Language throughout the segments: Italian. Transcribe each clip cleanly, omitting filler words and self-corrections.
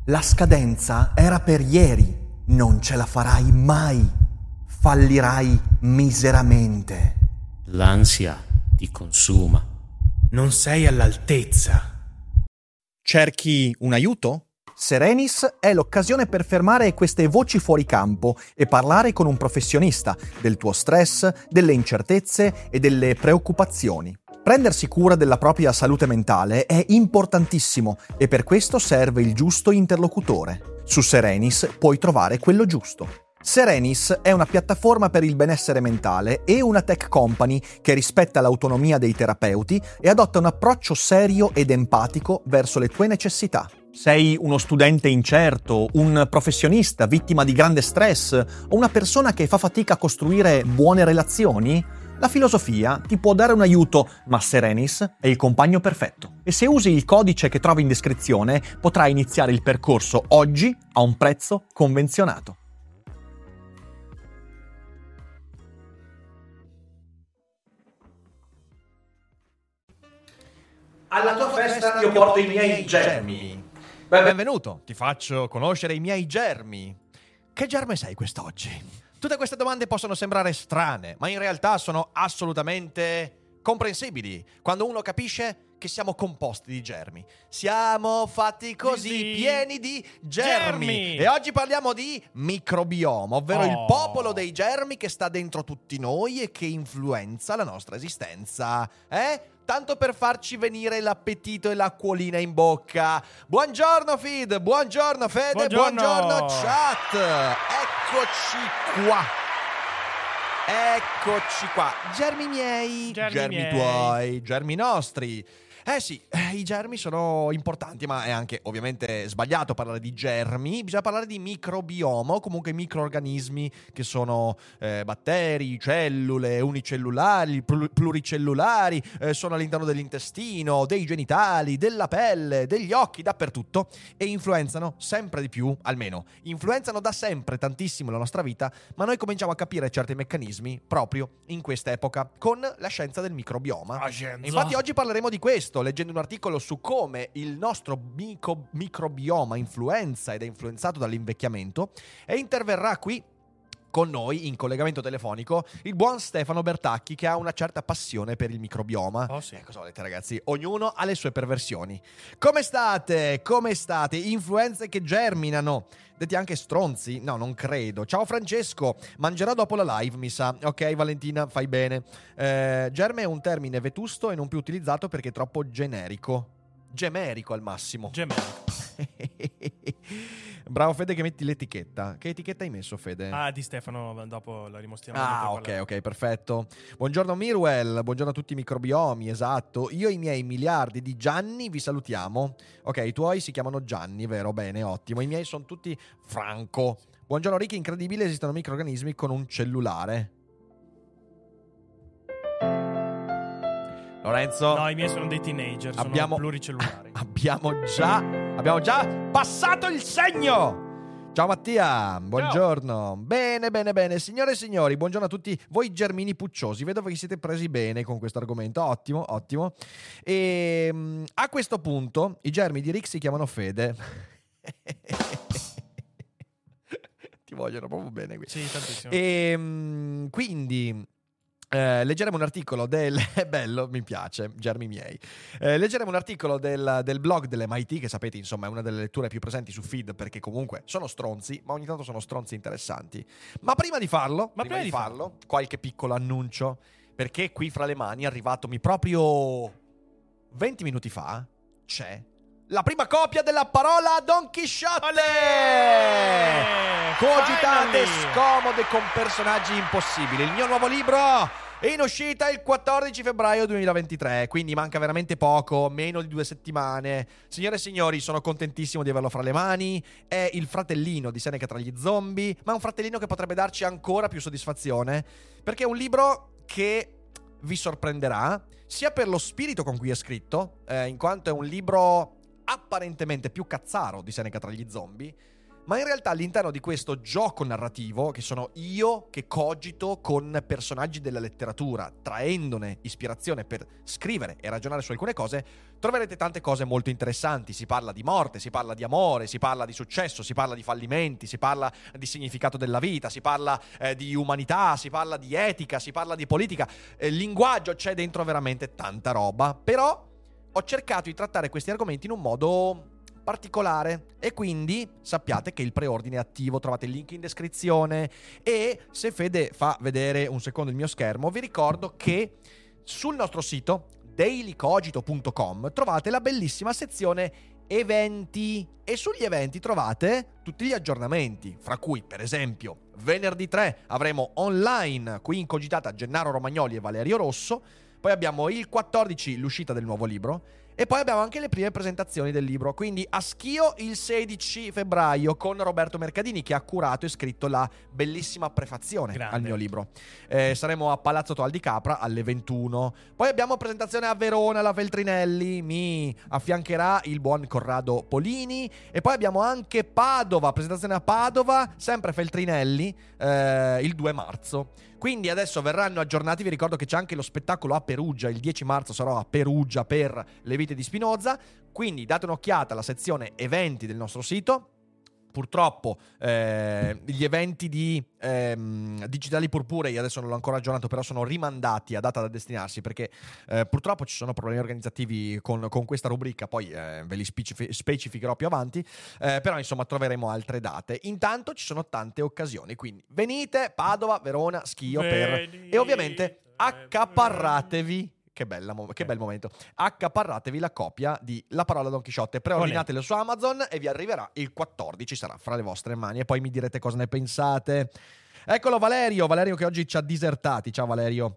La scadenza era per ieri, non ce la farai mai. Fallirai miseramente. L'ansia ti consuma. Non sei all'altezza. Cerchi un aiuto? Serenis è l'occasione per fermare queste voci fuori campo e parlare con un professionista del tuo stress, delle incertezze e delle preoccupazioni. Prendersi cura della propria salute mentale è importantissimo e per questo serve il giusto interlocutore. Su Serenis puoi trovare quello giusto. Serenis è una piattaforma per il benessere mentale e una tech company che rispetta l'autonomia dei terapeuti e adotta un approccio serio ed empatico verso le tue necessità. Sei uno studente incerto, un professionista vittima di grande stress o una persona che fa fatica a costruire buone relazioni? La filosofia ti può dare un aiuto, ma Serenis è il compagno perfetto. E se usi il codice che trovi in descrizione, potrai iniziare il percorso oggi a un prezzo convenzionato. Alla tua festa io porto i miei germi. Benvenuto, ti faccio conoscere i miei germi. Che germe sei quest'oggi? Tutte queste domande possono sembrare strane, ma in realtà sono assolutamente comprensibili quando uno capisce che siamo composti di germi. Siamo fatti così, pieni di germi. E oggi parliamo di microbioma, ovvero il popolo dei germi che sta dentro tutti noi e che influenza la nostra esistenza. Tanto per farci venire l'appetito e l'acquolina in bocca. Buongiorno Feed, buongiorno Fede, buongiorno chat. Eccoci qua. Germi miei, germi tuoi, germi nostri. I germi sono importanti, ma è anche ovviamente sbagliato parlare di germi. Bisogna parlare di microbioma o comunque microorganismi che sono batteri, cellule, unicellulari, pluricellulari, sono all'interno dell'intestino, dei genitali, della pelle, degli occhi, dappertutto, e influenzano sempre di più, almeno influenzano da sempre tantissimo la nostra vita, ma noi cominciamo a capire certi meccanismi proprio in questa epoca con la scienza del microbioma. Infatti oggi parleremo di questo, leggendo un articolo su come il nostro microbioma influenza ed è influenzato dall'invecchiamento, e interverrà qui con noi in collegamento telefonico il buon Stefano Bertacchi, che ha una certa passione per il microbioma. Cosa volete, ragazzi? Ognuno ha le sue perversioni. Come state? Come state? Influenze che germinano, detti anche stronzi? No, non credo. Ciao Francesco, mangerò dopo la live, mi sa. Ok, Valentina, fai bene. Germe è un termine vetusto e non più utilizzato perché è troppo generico. Gemerico al massimo. Bravo Fede che metti l'etichetta. Che etichetta hai messo, Fede? Di Stefano, dopo la rimostriamo. Ok, perfetto. Buongiorno Mirwell, buongiorno a tutti i microbiomi, esatto. Io e i miei miliardi di Gianni vi salutiamo. Ok, i tuoi si chiamano Gianni, vero? Bene, ottimo. I miei sono tutti Franco. Buongiorno Ricky, incredibile, esistono microorganismi con un cellulare. Lorenzo? No, i miei sono dei teenager, sono pluricellulari. Abbiamo già passato il segno! Ciao Mattia, buongiorno. Ciao. Bene. Signore e signori, buongiorno a tutti voi germini pucciosi. Vedo che vi siete presi bene con questo argomento. Ottimo. E a questo punto i germi di Rick si chiamano Fede. Ti vogliono proprio bene qui. Sì, tantissimo. E quindi leggeremo un articolo del bello, mi piace, germi miei. Leggeremo un articolo del blog dell'MIT, che sapete, insomma, è una delle letture più presenti su Feed, perché comunque sono stronzi, ma ogni tanto sono stronzi interessanti. Ma prima di farlo, qualche piccolo annuncio, perché qui fra le mani, arrivatomi proprio 20 minuti fa, c'è la prima copia della parola Don Chisciotte! Cogitate scomode con personaggi impossibili. Il mio nuovo libro è in uscita il 14 febbraio 2023, quindi manca veramente poco, meno di 2 settimane. Signore e signori, sono contentissimo di averlo fra le mani. È il fratellino di Seneca tra gli zombie, ma è un fratellino che potrebbe darci ancora più soddisfazione, perché è un libro che vi sorprenderà, sia per lo spirito con cui è scritto, in quanto è un libro apparentemente più cazzaro di Seneca tra gli zombie, ma in realtà all'interno di questo gioco narrativo, che sono io che cogito con personaggi della letteratura, traendone ispirazione per scrivere e ragionare su alcune cose, troverete tante cose molto interessanti. Si parla di morte, si parla di amore, si parla di successo, si parla di fallimenti, si parla di significato della vita, si parla di umanità, si parla di etica, si parla di politica, linguaggio, c'è dentro veramente tanta roba. Però ho cercato di trattare questi argomenti in un modo particolare e quindi sappiate che il preordine è attivo, trovate il link in descrizione. E se Fede fa vedere un secondo il mio schermo, vi ricordo che sul nostro sito dailycogito.com trovate la bellissima sezione eventi e sugli eventi trovate tutti gli aggiornamenti, fra cui per esempio venerdì 3 avremo online qui in Cogitata Gennaro Romagnoli e Valerio Rosso, poi abbiamo il 14 l'uscita del nuovo libro e poi abbiamo anche le prime presentazioni del libro, quindi a Schio il 16 febbraio con Roberto Mercadini, che ha curato e scritto la bellissima prefazione al mio libro. Saremo a Palazzo Toal di Capra alle 21. Poi abbiamo presentazione a Verona, la Feltrinelli, mi affiancherà il buon Corrado Polini. E poi abbiamo anche Padova, presentazione a Padova, sempre Feltrinelli, il 2 marzo. Quindi adesso verranno aggiornati. Vi ricordo che c'è anche lo spettacolo a Perugia. Il 10 marzo sarò a Perugia per Le vite di Spinoza. Quindi date un'occhiata alla sezione eventi del nostro sito. Purtroppo gli eventi di Digitali Purpurei adesso non l'ho ancora aggiornato, però sono rimandati a data da destinarsi, perché purtroppo ci sono problemi organizzativi con questa rubrica. Poi ve li specificherò più avanti, però insomma troveremo altre date. Intanto ci sono tante occasioni, quindi venite Padova, Verona, Schio e ovviamente accaparratevi. Che bel momento. Accaparratevi la copia di La parola Don Chisciotte. Preordinatelo su Amazon e vi arriverà il 14. Sarà fra le vostre mani e poi mi direte cosa ne pensate. Eccolo Valerio che oggi ci ha disertati. Ciao Valerio.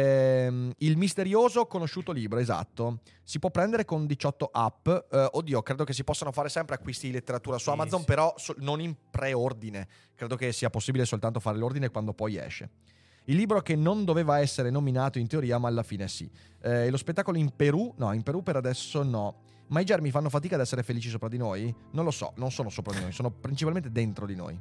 Il misterioso conosciuto libro, esatto. Si può prendere con 18 app. Oddio, credo che si possano fare sempre acquisti di letteratura su Amazon, però non in preordine. Credo che sia possibile soltanto fare l'ordine quando poi esce. Il libro che non doveva essere nominato in teoria, ma alla fine sì. Lo spettacolo in Perù? No, in Perù per adesso no. Ma i germi fanno fatica ad essere felici sopra di noi? Non lo so, non sono sopra di noi, sono principalmente dentro di noi.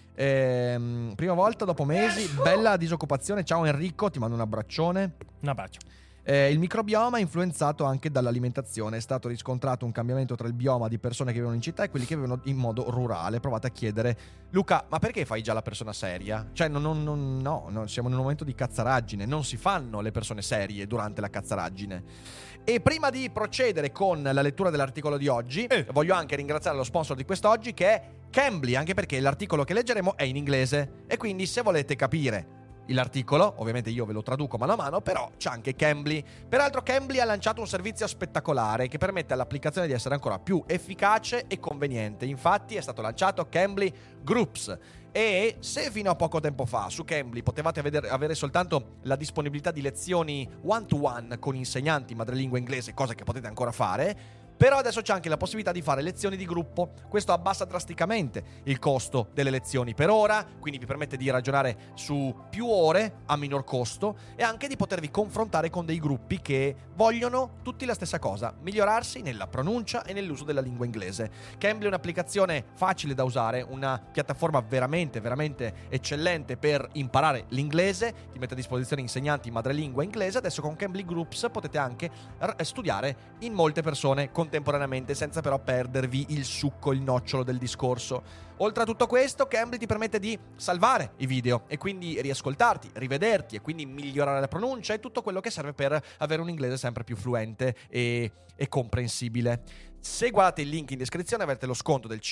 Prima volta dopo mesi, bella disoccupazione. Ciao Enrico, ti mando un abbraccione. Un abbraccio. Il microbioma è influenzato anche dall'alimentazione. È stato riscontrato un cambiamento tra il bioma di persone che vivono in città e quelli che vivono in modo rurale. Provate a chiedere: Luca, ma perché fai già la persona seria? Cioè no, siamo in un momento di cazzaraggine. Non si fanno le persone serie durante la cazzaraggine. E prima di procedere con la lettura dell'articolo di oggi, voglio anche ringraziare lo sponsor di quest'oggi, che è Cambly, anche perché l'articolo che leggeremo è in inglese e quindi se volete capire l'articolo, ovviamente io ve lo traduco mano a mano, però c'è anche Cambly. Peraltro Cambly ha lanciato un servizio spettacolare che permette all'applicazione di essere ancora più efficace e conveniente. Infatti è stato lanciato Cambly Groups e se fino a poco tempo fa su Cambly potevate avere soltanto la disponibilità di lezioni one-to-one con insegnanti madrelingua inglese, cosa che potete ancora fare, però adesso c'è anche la possibilità di fare lezioni di gruppo. Questo abbassa drasticamente il costo delle lezioni per ora, quindi vi permette di ragionare su più ore a minor costo e anche di potervi confrontare con dei gruppi che vogliono tutti la stessa cosa: migliorarsi nella pronuncia e nell'uso della lingua inglese. Cambly è un'applicazione facile da usare, una piattaforma veramente, veramente eccellente per imparare l'inglese, ti mette a disposizione insegnanti madrelingua inglese. Adesso con Cambly Groups potete anche studiare in molte persone contemporaneamente, senza però perdervi il succo, il nocciolo del discorso. Oltre a tutto questo, Cambly ti permette di salvare i video e quindi riascoltarti, rivederti e quindi migliorare la pronuncia e tutto quello che serve per avere un inglese sempre più fluente e comprensibile. Se guardate il link in descrizione avete lo sconto del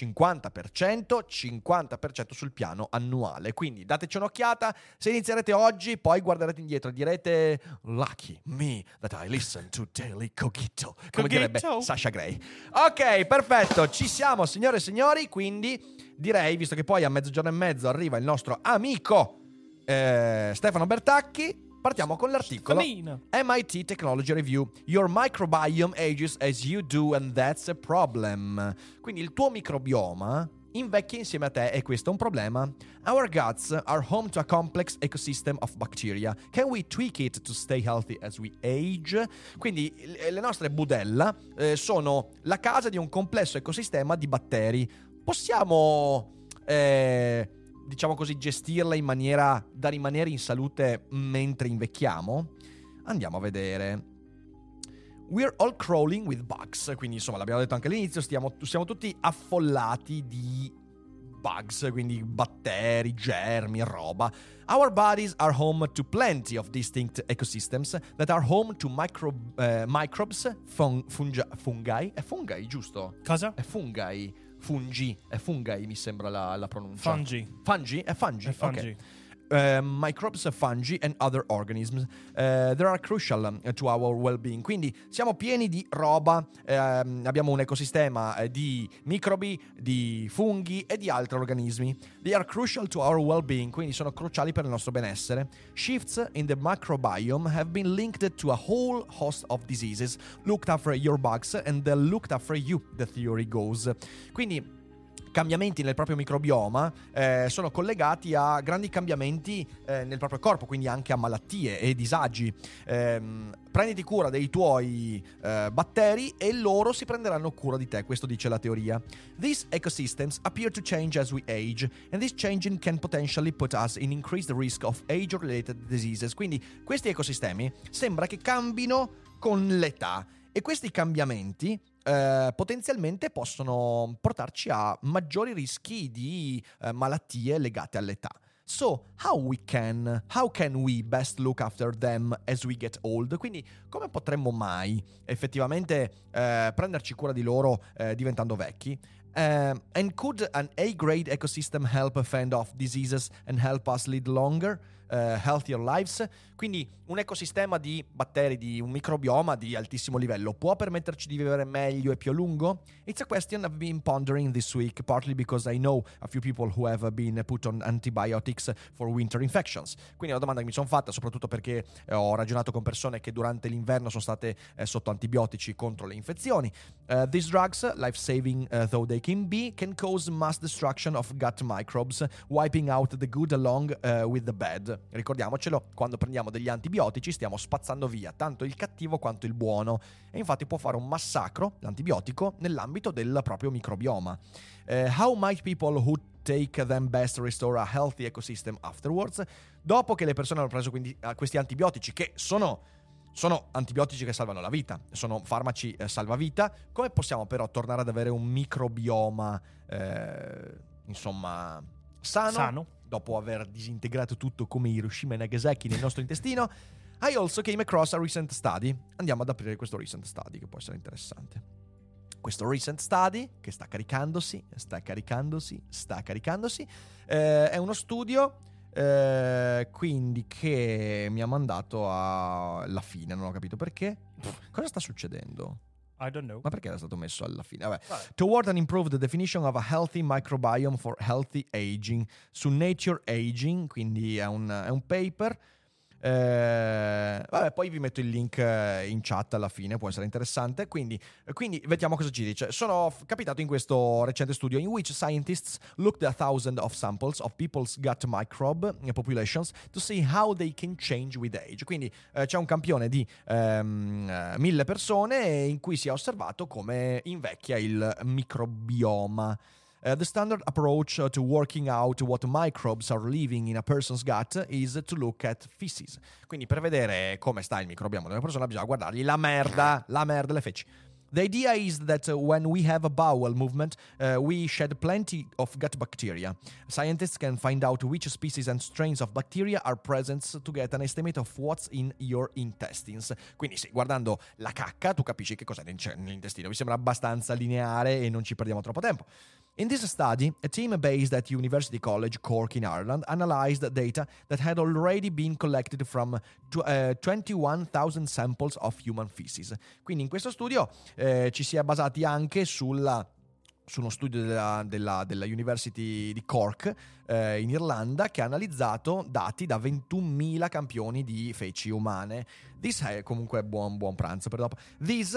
50% sul piano annuale, quindi dateci un'occhiata. Se inizierete oggi poi guarderete indietro e direte: lucky me that I listen to Daily Cogito, come direbbe Sasha Grey. Ok, perfetto, ci siamo signore e signori, quindi direi, visto che poi a mezzogiorno e mezzo arriva il nostro amico Stefano Bertacchi, partiamo con l'articolo MIT Technology Review. Your microbiome ages as you do and that's a problem. Quindi il tuo microbioma invecchia insieme a te e questo è un problema. Our guts are home to a complex ecosystem of bacteria. Can we tweak it to stay healthy as we age? Quindi le nostre budella sono la casa di un complesso ecosistema di batteri. possiamo, diciamo così, gestirla in maniera da rimanere in salute mentre invecchiamo? Andiamo a vedere. We're all crawling with bugs. Quindi insomma, l'abbiamo detto anche all'inizio, siamo tutti affollati di bugs, quindi batteri, germi, roba. Our bodies are home to plenty of distinct ecosystems that are home to microbes, fungi. È fungi, giusto? Cosa? È fungi. È fungi, mi sembra la pronuncia. Fungi. È fungi. Okay. Microbes, fungi and other organisms that are crucial to our well-being. Quindi siamo pieni di roba, abbiamo un ecosistema di microbi, di funghi e di altri organismi. They are crucial to our well-being, quindi sono cruciali per il nostro benessere. Shifts in the microbiome have been linked to a whole host of diseases. Looked after your bugs and they looked after you, the theory goes. Quindi cambiamenti nel proprio microbioma sono collegati a grandi cambiamenti nel proprio corpo, quindi anche a malattie e disagi. Prenditi cura dei tuoi batteri e loro si prenderanno cura di te, questo dice la teoria. These ecosystems appear to change as we age, and this changing can potentially put us in increased risk of age-related diseases. Quindi questi ecosistemi sembra che cambino con l'età, e questi cambiamenti potenzialmente possono portarci a maggiori rischi di malattie legate all'età. So, how can we best look after them as we get old? Quindi, come potremmo mai effettivamente prenderci cura di loro diventando vecchi? And could an A-grade ecosystem help fend off diseases and help us lead longer, healthier lives? Quindi un ecosistema di batteri, di un microbioma di altissimo livello può permetterci di vivere meglio e più a lungo? It's a question I've been pondering this week, partly because I know a few people who have been put on antibiotics for winter infections. Quindi è una domanda che mi sono fatta, soprattutto perché ho ragionato con persone che durante l'inverno sono state sotto antibiotici contro le infezioni. These drugs, life-saving though they can be, can cause mass destruction of gut microbes, wiping out the good along with the bad. Ricordiamocelo, quando prendiamo degli antibiotici stiamo spazzando via tanto il cattivo quanto il buono, e infatti può fare un massacro, l'antibiotico, nell'ambito del proprio microbioma. How might people who take them best restore a healthy ecosystem afterwards? Dopo che le persone hanno preso quindi questi antibiotici, che sono antibiotici che salvano la vita, sono farmaci salvavita, come possiamo però tornare ad avere un microbioma insomma sano dopo aver disintegrato tutto come Hiroshima e Nagasaki nel nostro intestino? I also came across a recent study. Andiamo ad aprire questo recent study, che può essere interessante. Questo recent study, che sta caricandosi, è uno studio quindi che mi ha mandato alla fine, non ho capito perché. Cosa sta succedendo? I don't know. Ma perché era stato messo alla fine? Vabbè. Toward an improved definition of a healthy microbiome for healthy aging, su Nature Aging, quindi è un paper. Vabbè, poi vi metto il link in chat alla fine, può essere interessante. Quindi vediamo cosa ci dice. Sono capitato in questo recente studio in which scientists looked at thousands of samples of people's gut microbe populations to see how they can change with age. Quindi c'è un campione di 1000 persone in cui si è osservato come invecchia il microbioma. The standard approach to working out what microbes are living in a person's gut is to look at feces. Quindi per vedere come sta il microbioma di una persona bisogna guardargli la merda, le feci. The idea is that when we have a bowel movement, we shed plenty of gut bacteria. Scientists can find out which species and strains of bacteria are present to get an estimate of what's in your intestines. Quindi sì, guardando la cacca tu capisci che cos'è nell'intestino. Mi sembra abbastanza lineare e non ci perdiamo troppo tempo. In this study, a team based at University College Cork in Ireland analyzed data that had already been collected from 21,000 samples of human feces. Quindi in questo studio ci si è basati anche su uno studio della University di Cork in Irlanda, che ha analizzato dati da 21.000 campioni di feci umane. This è comunque buon pranzo per dopo. These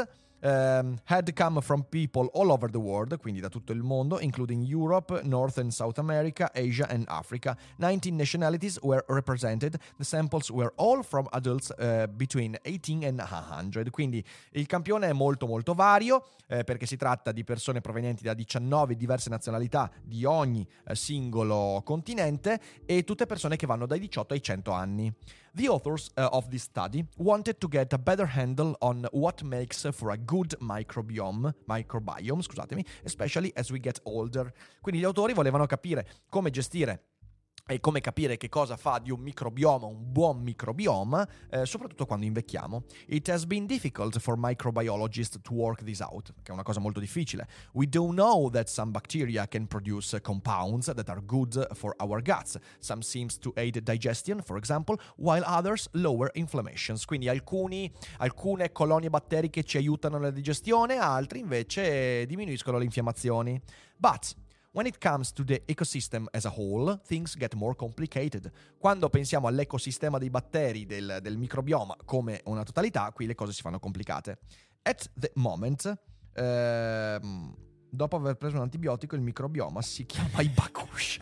had come from people all over the world, quindi da tutto il mondo, including Europe, North and South America, Asia and Africa. 19 nationalities were represented. The samples were all from adults between 18 and 100. Quindi il campione è molto molto vario, perché si tratta di persone provenienti da 19 diverse nazionalità di ogni singolo continente e tutte persone che vanno dai 18 ai 100 anni. The authors of this study wanted to get a better handle on what makes for a good microbiome, especially as we get older. Quindi gli autori volevano capire come gestire e come capire che cosa fa di un microbioma un buon microbioma, soprattutto quando invecchiamo. It has been difficult for microbiologists to work this out, che è una cosa molto difficile. We do know that some bacteria can produce compounds that are good for our guts. Some seems to aid digestion, for example, while others lower inflammations. Quindi alcune colonie batteriche ci aiutano nella digestione, altri invece diminuiscono le infiammazioni. But when it comes to the ecosystem as a whole, things get more complicated. Quando pensiamo all'ecosistema dei batteri, del microbioma come una totalità, qui le cose si fanno complicate. At the moment, dopo aver preso un antibiotico, il microbioma si chiama Ibakush.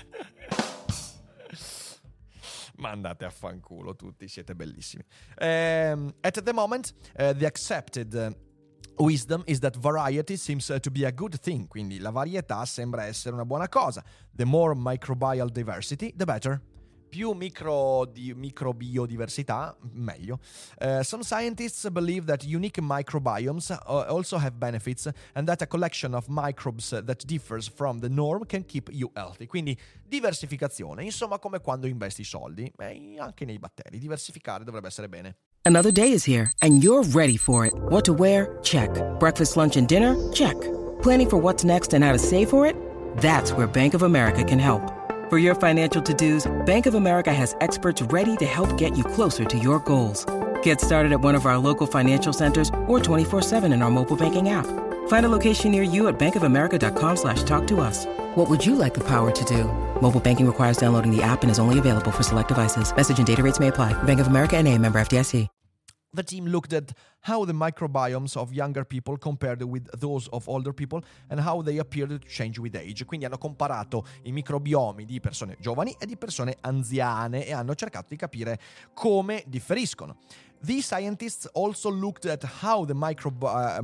Ma andate a fanculo tutti, siete bellissimi. At the moment, the accepted wisdom is that variety seems to be a good thing, quindi la varietà sembra essere una buona cosa. The more microbial diversity, the better. Più microbiodiversità, meglio. Some scientists believe that unique microbiomes also have benefits and that a collection of microbes that differs from the norm can keep you healthy. Quindi diversificazione, insomma come quando investi soldi, anche nei batteri. Diversificare dovrebbe essere bene. Another day is here, and you're ready for it. What to wear? Check. Breakfast, lunch, and dinner? Check. Planning for what's next and how to save for it? That's where Bank of America can help. For your financial to-dos, Bank of America has experts ready to help get you closer to your goals. Get started at one of our local financial centers or 24/7 in our mobile banking app. Find a location near you at bankofamerica.com/talktous. What would you like the power to do? Mobile banking requires downloading the app and is only available for select devices. Message and data rates may apply. Bank of America N.A., member FDIC. The team looked at how the microbiomes of younger people compared with those of older people and how they appeared to change with age. Quindi hanno comparato i microbiomi di persone giovani e di persone anziane e hanno cercato di capire come differiscono. These scientists also looked at how the microbial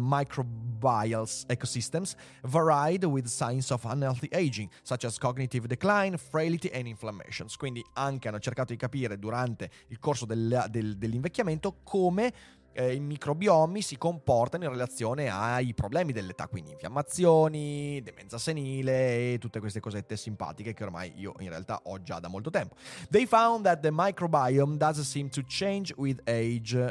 ecosystems varied with signs of unhealthy aging, such as cognitive decline, frailty and inflammations. Quindi anche hanno cercato di capire durante il corso dell'invecchiamento come i microbiomi si comportano in relazione ai problemi dell'età, quindi infiammazioni, demenza senile e tutte queste cosette simpatiche che ormai io in realtà ho già da molto tempo. They found that the microbiome does seem to change with age.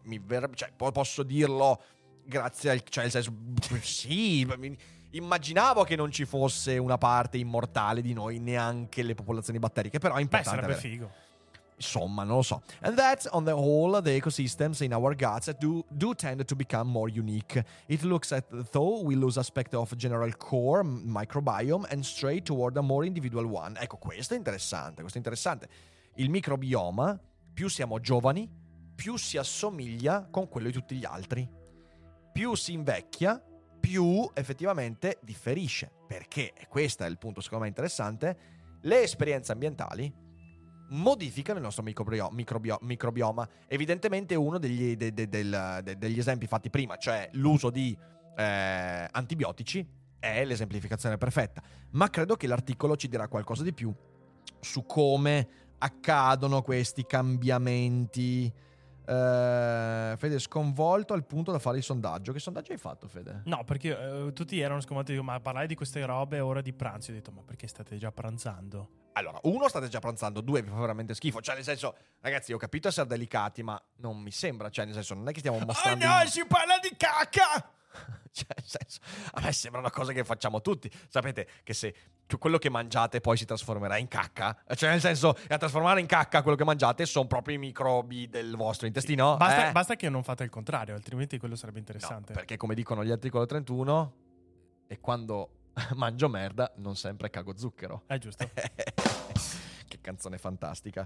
Posso dirlo grazie al... Cioè, nel senso, sì, immaginavo che non ci fosse una parte immortale di noi, neanche le popolazioni batteriche, però è importante. Sarebbe figo. Insomma, non lo so. And that, on the whole, the ecosystems in our guts do tend to become more unique. It looks at though we lose aspect of general core microbiome and stray toward a more individual one. Ecco, questo è interessante. Il microbioma, più siamo giovani, più si assomiglia con quello di tutti gli altri. Più si invecchia, più effettivamente differisce. Perché, e questo è il punto secondo me interessante, le esperienze ambientali modificano il nostro microbioma. Evidentemente uno degli esempi fatti prima, cioè l'uso di antibiotici, è l'esemplificazione perfetta. Ma credo che l'articolo ci dirà qualcosa di più su come accadono questi cambiamenti. Fede, sconvolto al punto da fare il sondaggio. Che sondaggio hai fatto, Fede? No, perché tutti erano sconvolti. Ma parlare di queste robe a ora di pranzo. Io ho detto, ma perché state già pranzando? Allora, uno, state già pranzando, due, vi fa veramente schifo. Cioè, nel senso, ragazzi, ho capito essere delicati, ma non mi sembra. Cioè, nel senso, non è che stiamo mostrando... Oh no, si parla di cacca! Cioè, nel senso, a me sembra una cosa che facciamo tutti. Sapete che se quello che mangiate poi si trasformerà in cacca, cioè nel senso, a trasformare in cacca quello che mangiate sono proprio i microbi del vostro intestino. Basta che non fate il contrario, altrimenti quello sarebbe interessante. No, perché come dicono gli articolo 31, e quando mangio merda non sempre cago zucchero. È giusto. Che Che canzone fantastica.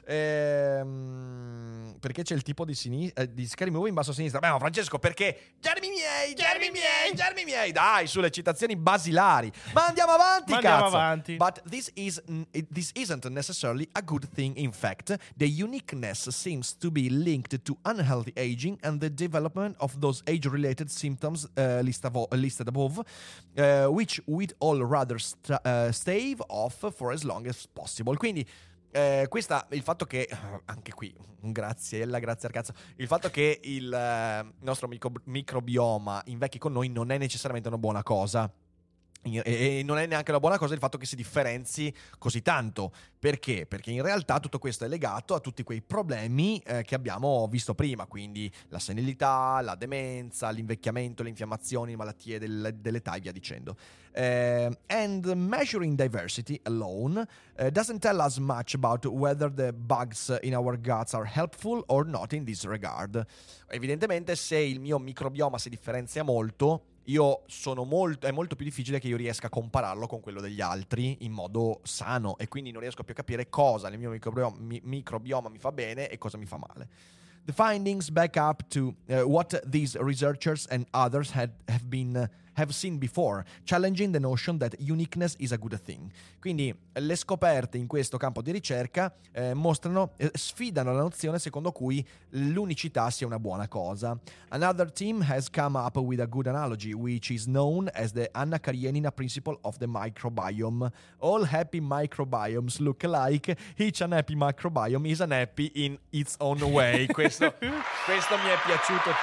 Perché c'è il tipo di Scary Movie in basso a sinistra? Beh, ma Francesco, perché? Germi miei, dai, sulle citazioni basilari. Ma andiamo avanti, cazzo. But this isn't necessarily a good thing. In fact, the uniqueness seems to be linked to unhealthy aging and the development of those age-related symptoms listed above, which we'd all rather stave off for as long as possible. Quindi il fatto che anche qui grazie al cazzo, il fatto che il nostro microbioma invecchi con noi non è necessariamente una buona cosa. E non è neanche una buona cosa il fatto che si differenzi così tanto. Perché? Perché in realtà tutto questo è legato a tutti quei problemi che abbiamo visto prima, quindi la senilità, la demenza, l'invecchiamento, le infiammazioni, le malattie dell'età e via dicendo. And measuring diversity alone doesn't tell us much about whether the bugs in our guts are helpful or not in this regard. Evidentemente, se il mio microbioma si differenzia molto, è molto più difficile che io riesca a compararlo con quello degli altri in modo sano, e quindi non riesco più a capire cosa nel mio microbioma mi fa bene e cosa mi fa male. The findings back up to what these researchers and others have seen before, challenging the notion that uniqueness is a good thing. Quindi le scoperte in questo campo di ricerca sfidano la nozione secondo cui l'unicità sia una buona cosa. Another team has come up with a good analogy, which is known as the Anna Karenina principle of the microbiome. All happy microbiomes look alike. Each unhappy microbiome is unhappy in its own way. Questo mi è piaciuto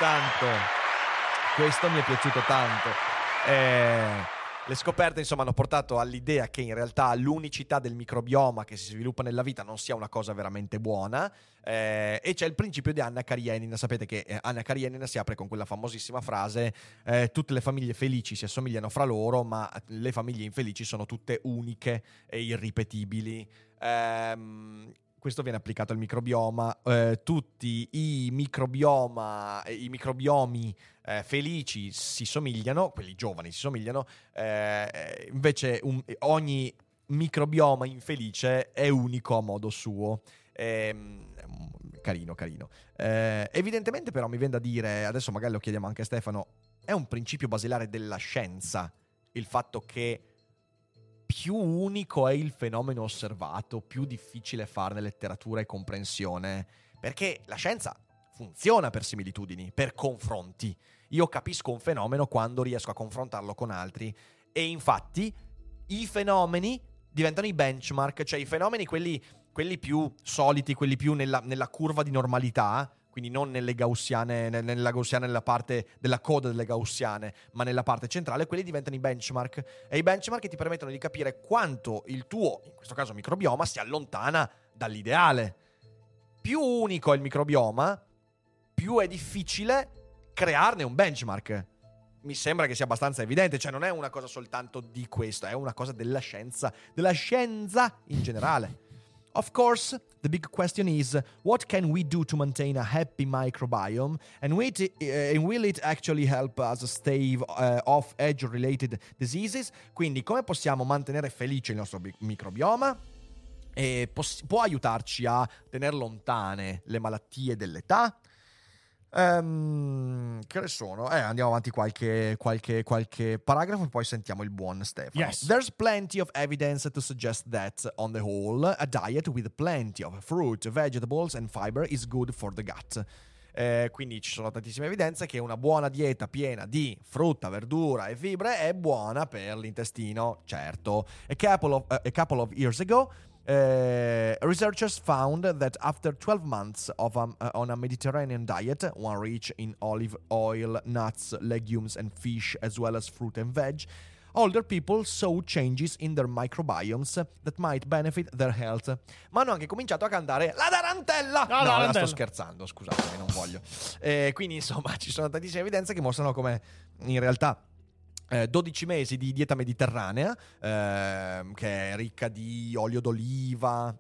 tanto. Le scoperte, insomma, hanno portato all'idea che in realtà l'unicità del microbioma che si sviluppa nella vita non sia una cosa veramente buona, e c'è il principio di Anna Karenina. Sapete che Anna Karenina si apre con quella famosissima frase: tutte le famiglie felici si assomigliano fra loro, ma le famiglie infelici sono tutte uniche e irripetibili. Questo viene applicato al microbioma. Tutti i microbiomi felici si somigliano, quelli giovani si somigliano, invece ogni microbioma infelice è unico a modo suo. Carino. Evidentemente però mi viene da dire, adesso magari lo chiediamo anche a Stefano, è un principio basilare della scienza il fatto che più unico è il fenomeno osservato, più difficile farne letteratura e comprensione, perché la scienza funziona per similitudini, per confronti. Io capisco un fenomeno quando riesco a confrontarlo con altri, e infatti i fenomeni diventano i benchmark, cioè i fenomeni quelli più soliti, quelli più nella curva di normalità, quindi non nella gaussiane, nella parte della coda delle gaussiane, ma nella parte centrale, quelli diventano i benchmark. E i benchmark ti permettono di capire quanto il tuo, in questo caso microbioma, si allontana dall'ideale. Più unico è il microbioma, più è difficile crearne un benchmark. Mi sembra che sia abbastanza evidente, cioè non è una cosa soltanto di questo, è una cosa della scienza in generale. Of course, the big question is, what can we do to maintain a happy microbiome? And will it actually help us stave off age-related diseases? Quindi, come possiamo mantenere felice il nostro microbioma? E può aiutarci a tenere lontane le malattie dell'età? Che ne sono? Andiamo avanti qualche paragrafo e poi sentiamo il buon Stefano. Yes. There's plenty of evidence to suggest that, on the whole, a diet with plenty of fruit, vegetables and fiber is good for the gut. Quindi ci sono tantissime evidenze che una buona dieta piena di frutta, verdura e fibre è buona per l'intestino, certo. A couple of years ago, researchers found that after 12 months on a Mediterranean diet, one rich in olive oil, nuts, legumes and fish, as well as fruit and veg, older people saw changes in their microbiomes that might benefit their health. Ma hanno anche cominciato a cantare la tarantella! No, sto scherzando, scusatemi, non voglio. Quindi, insomma, ci sono tantissime evidenze che mostrano come in realtà 12 mesi di dieta mediterranea, che è ricca di olio d'oliva,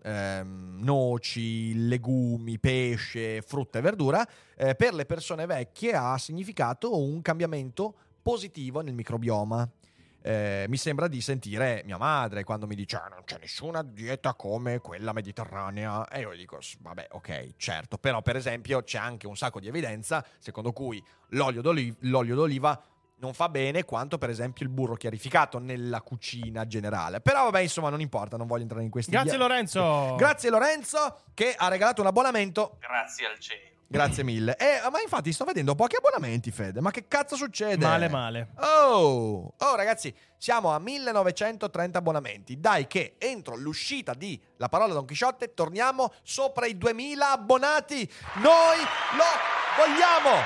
noci, legumi, pesce, frutta e verdura, per le persone vecchie ha significato un cambiamento positivo nel microbioma. mi sembra di sentire mia madre quando mi dice non c'è nessuna dieta come quella mediterranea, e io dico vabbè, ok, certo, però per esempio c'è anche un sacco di evidenza secondo cui l'olio d'oliva non fa bene quanto per esempio il burro chiarificato nella cucina generale. Però vabbè, insomma, non importa, non voglio entrare in questi Lorenzo. Grazie Lorenzo, che ha regalato un abbonamento. Grazie al cielo. Grazie mille. Ma infatti sto vedendo pochi abbonamenti, Fede. Ma che cazzo succede? Male. Oh, ragazzi, siamo a 1930 abbonamenti. Dai che entro l'uscita di La Parola Don Chisciotte torniamo sopra i 2000 abbonati. Noi lo vogliamo.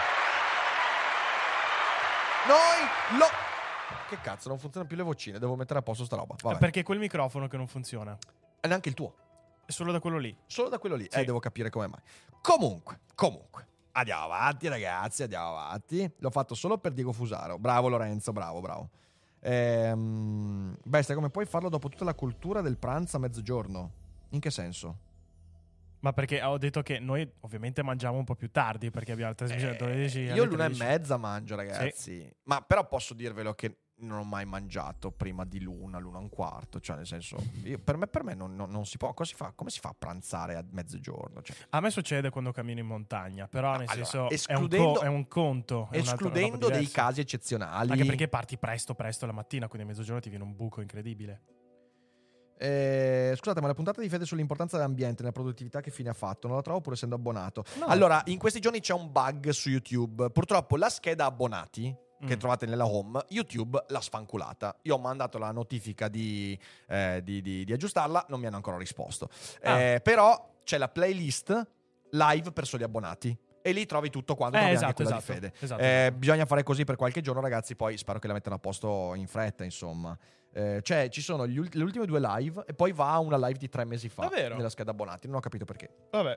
Che cazzo, non funzionano più le vocine. Devo mettere a posto sta roba. Vabbè. Perché quel microfono che non funziona. E neanche il tuo. È solo da quello lì. Solo da quello lì. Sì. Devo capire come mai. Comunque. Andiamo avanti, ragazzi, andiamo avanti. L'ho fatto solo per Diego Fusaro. Bravo Lorenzo, bravo. Bestia, come puoi farlo dopo tutta la cultura del pranzo a mezzogiorno? In che senso? Ma perché ho detto che noi ovviamente mangiamo un po' più tardi, perché abbiamo la trasmissione alle 12. Io l'1:30 mangio, ragazzi. Sì. Ma però posso dirvelo che non ho mai mangiato prima di l'1:15. Cioè, nel senso, per me non si può. Come si fa a pranzare a mezzogiorno? Cioè, a me succede quando cammino in montagna, però nel senso è un conto. Escludendo dei casi eccezionali. Anche perché parti presto la mattina, quindi a mezzogiorno ti viene un buco incredibile. Scusate, ma la puntata di Fede sull'importanza dell'ambiente nella produttività che fine ha fatto? Non la trovo pur essendo abbonato. No. Allora, in questi giorni c'è un bug su YouTube. Purtroppo la scheda abbonati che trovate nella home, YouTube l'ha sfanculata. Io ho mandato la notifica di aggiustarla, non mi hanno ancora risposto. Però c'è la playlist live per soli abbonati. E lì trovi tutto quanto trovi anche quella di Fede. Esatto. Bisogna fare così per qualche giorno, ragazzi. Poi spero che la mettano a posto in fretta, insomma. Cioè, ci sono le ultime 2 live e poi va una live di 3 mesi fa. Davvero? Nella scheda abbonati. Non ho capito perché. Vabbè.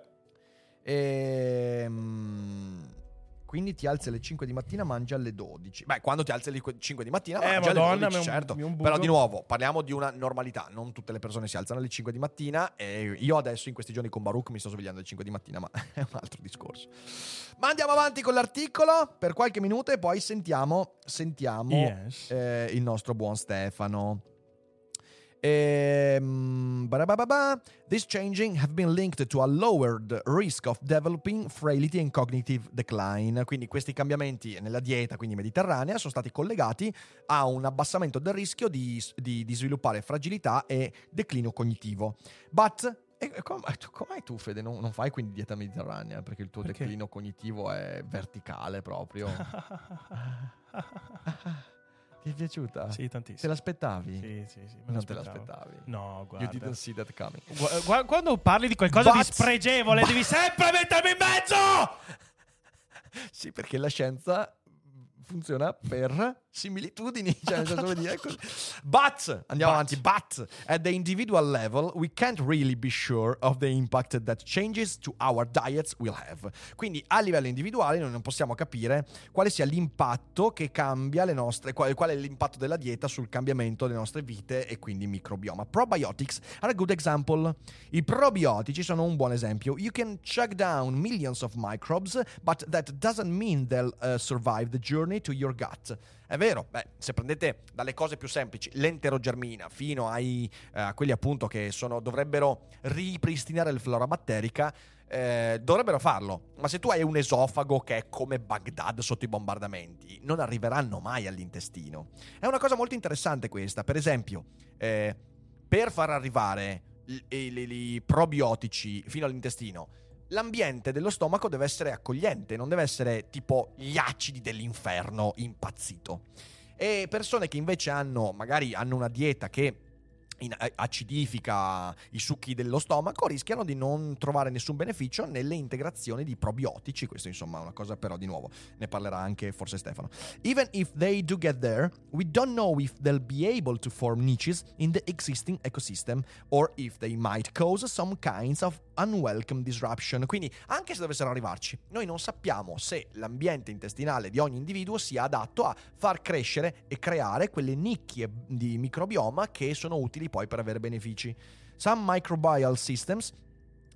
Quindi ti alzi alle 5 di mattina, mangi alle 12. Beh, quando ti alzi alle 5 di mattina, mangi Madonna, alle 12, certo. Però di nuovo, parliamo di una normalità. Non tutte le persone si alzano alle 5 di mattina. E io adesso, in questi giorni con Baruch, mi sto svegliando alle 5 di mattina, ma è un altro discorso. Ma andiamo avanti con l'articolo per qualche minuto e poi sentiamo yes. Il nostro buon Stefano. This changing have been linked to a lowered risk of developing frailty and cognitive decline. Quindi questi cambiamenti nella dieta, quindi mediterranea, sono stati collegati a un abbassamento del rischio di sviluppare fragilità e declino cognitivo. But come tu, Fede, non fai quindi dieta mediterranea? Perché il tuo declino cognitivo è verticale proprio. Ti è piaciuta? Sì, tantissimo. Te l'aspettavi? Sì. Non te l'aspettavi? No, guarda. You didn't see that coming. Quando parli di qualcosa di spregevole, devi sempre mettermi in mezzo! Sì, perché la scienza funziona per similitudini, cioè nel senso, vuol dire così. Andiamo avanti. But at the individual level we can't really be sure of the impact that changes to our diets will have. Quindi a livello individuale noi non possiamo capire quale sia l'impatto che cambia le nostre, qual è l'impatto della dieta sul cambiamento delle nostre vite e quindi microbioma. Probiotics are a good example. I probiotici sono un buon esempio. You can chug down millions of microbes, but that doesn't mean they'll survive the journey to your gut. È vero, se prendete dalle cose più semplici, l'enterogermina, fino a quelli appunto che dovrebbero ripristinare la flora batterica, dovrebbero farlo. Ma se tu hai un esofago che è come Baghdad sotto i bombardamenti, non arriveranno mai all'intestino. È una cosa molto interessante questa. Per esempio, per far arrivare i probiotici fino all'intestino, l'ambiente dello stomaco deve essere accogliente, non deve essere tipo gli acidi dell'inferno impazzito. E persone che invece magari hanno una dieta che acidifica i succhi dello stomaco rischiano di non trovare nessun beneficio nelle integrazioni di probiotici. Questo insomma è una cosa, però di nuovo ne parlerà anche forse Stefano. Even if they do get there, we don't know if they'll be able to form niches in the existing ecosystem or if they might cause some kinds of unwelcome disruption. Quindi anche se dovessero arrivarci, noi non sappiamo se l'ambiente intestinale di ogni individuo sia adatto a far crescere e creare quelle nicchie di microbioma che sono utili poi per avere benefici. Some microbial systems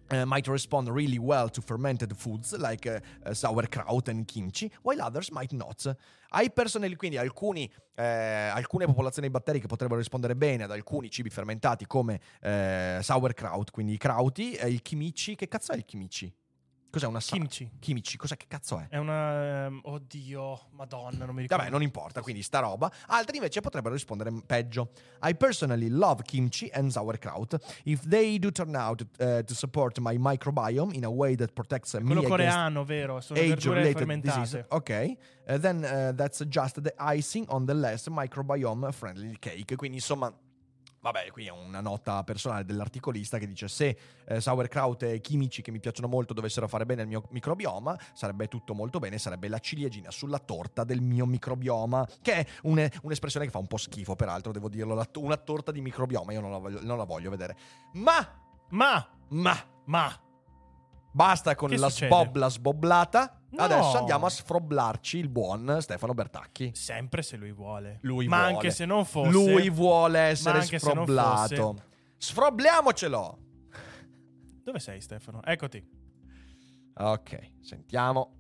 might respond really well to fermented foods like sauerkraut and kimchi, while others might not. Quindi alcune popolazioni di batteri che potrebbero rispondere bene ad alcuni cibi fermentati come sauerkraut, quindi i crauti, e il kimchi. Che cazzo è il kimchi? Cos'è una Kimchi, cos'è, che cazzo è? È una... oddio, madonna, non mi ricordo. Vabbè, non importa, quindi sta roba. Altri invece potrebbero rispondere peggio. I personally love kimchi and sauerkraut. If they do turn out to support my microbiome in a way that protects me quello against coreano, vero? Sono verdure fermentate. Disease. Ok, then that's just the icing on the less microbiome friendly cake. Quindi insomma... Vabbè, qui è una nota personale dell'articolista che dice: se sauerkraut e chimici che mi piacciono molto dovessero fare bene al mio microbioma, sarebbe tutto molto bene, sarebbe la ciliegina sulla torta del mio microbioma, che è un'espressione che fa un po' schifo, peraltro, devo dirlo, una torta di microbioma, io non la voglio vedere. Ma basta con la sbobblata. No. Adesso andiamo a sfroblarci il buon Stefano Bertacchi. Sempre se lui vuole. Ma anche se non fosse. Lui vuole essere sfroblato. Sfrobliamocelo. Dove sei, Stefano? Eccoti. Ok, sentiamo.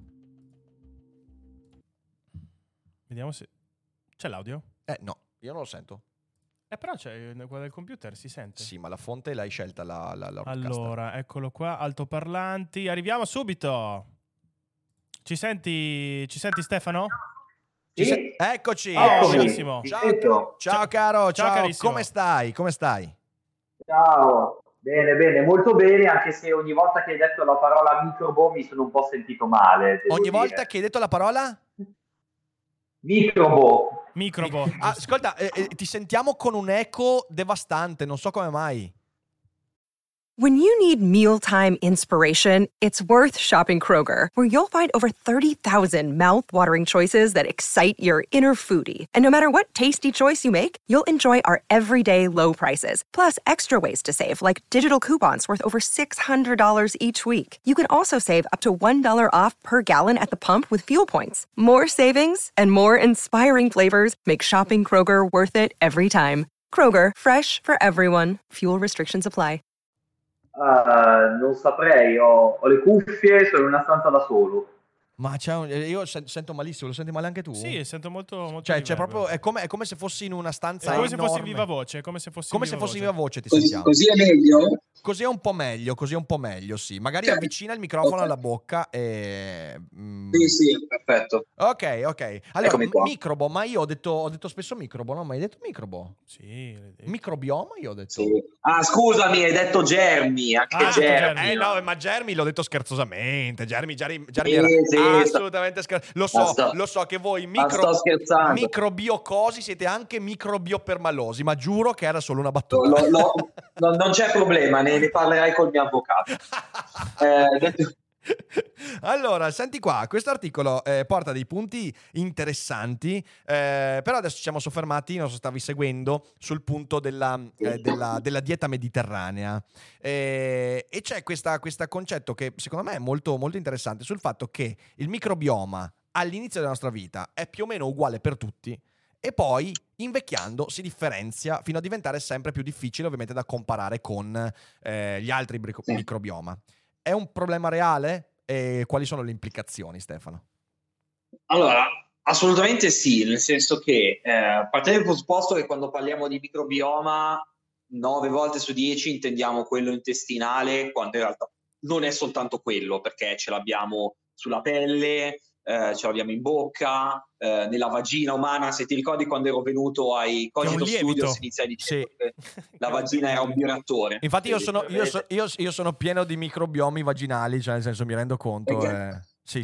Vediamo se... C'è l'audio? No, io non lo sento. Però c'è quella del computer, si sente. Sì, ma la fonte l'hai scelta la Allora, eccolo qua, altoparlanti. Arriviamo subito. Ci senti Stefano? Sì. Eccoci. Benissimo. Ciao caro, ciao. Carissimo. Come stai? Ciao. Bene, molto bene, anche se ogni volta che hai detto la parola microbo mi sono un po' sentito male. Ogni volta che hai detto la parola? Microbo. Ascolta, ti sentiamo con un eco devastante, non so come mai. When you need mealtime inspiration, it's worth shopping Kroger, where you'll find over 30,000 mouth-watering choices that excite your inner foodie. And no matter what tasty choice you make, you'll enjoy our everyday low prices, plus extra ways to save, like digital coupons worth over $600 each week. You can also save up to $1 off per gallon at the pump with fuel points. More savings and more inspiring flavors make shopping Kroger worth it every time. Kroger, fresh for everyone. Fuel restrictions apply. Non saprei, ho le cuffie, sono in una stanza da solo. Ma io sento malissimo, lo senti male anche tu? Sì, sento molto cioè c'è proprio, è come se fossi in una stanza enorme. È come se fossi viva voce, come se fossi viva voce ti così, sentiamo. Così è meglio? Così è un po' meglio, sì. Magari avvicina il microfono alla bocca e... Sì, perfetto. Ok. Allora, microbo, ma io ho detto spesso microbo, no? Ma hai detto microbo? Sì. Microbioma io ho detto. Sì. Ah, scusami, hai detto germi, anche germi. No, ma germi l'ho detto scherzosamente. Germi era assolutamente lo so che voi microbiocosi siete anche microbiopermalosi, ma giuro che era solo una battuta. Non c'è problema, ne parlerai col mio avvocato. Allora, senti qua, questo articolo porta dei punti interessanti, però adesso ci siamo soffermati, non so se stavi seguendo, sul punto della dieta mediterranea, e c'è questo concetto che secondo me è molto, molto interessante, sul fatto che il microbioma all'inizio della nostra vita è più o meno uguale per tutti, e poi invecchiando si differenzia fino a diventare sempre più difficile, ovviamente, da comparare con gli altri microbioma. È un problema reale? E quali sono le implicazioni, Stefano? Allora, assolutamente sì, nel senso che partendo dal presupposto che quando parliamo di microbioma 9 volte su 10 intendiamo quello intestinale, quando in realtà non è soltanto quello, perché ce l'abbiamo sulla pelle, ce l'abbiamo in bocca, nella vagina umana. Se ti ricordi, quando ero venuto ai Cogito Studios iniziai dicendo che la vagina era un bioreattore. Infatti io sono pieno di microbiomi vaginali, cioè nel senso mi rendo conto. Sì.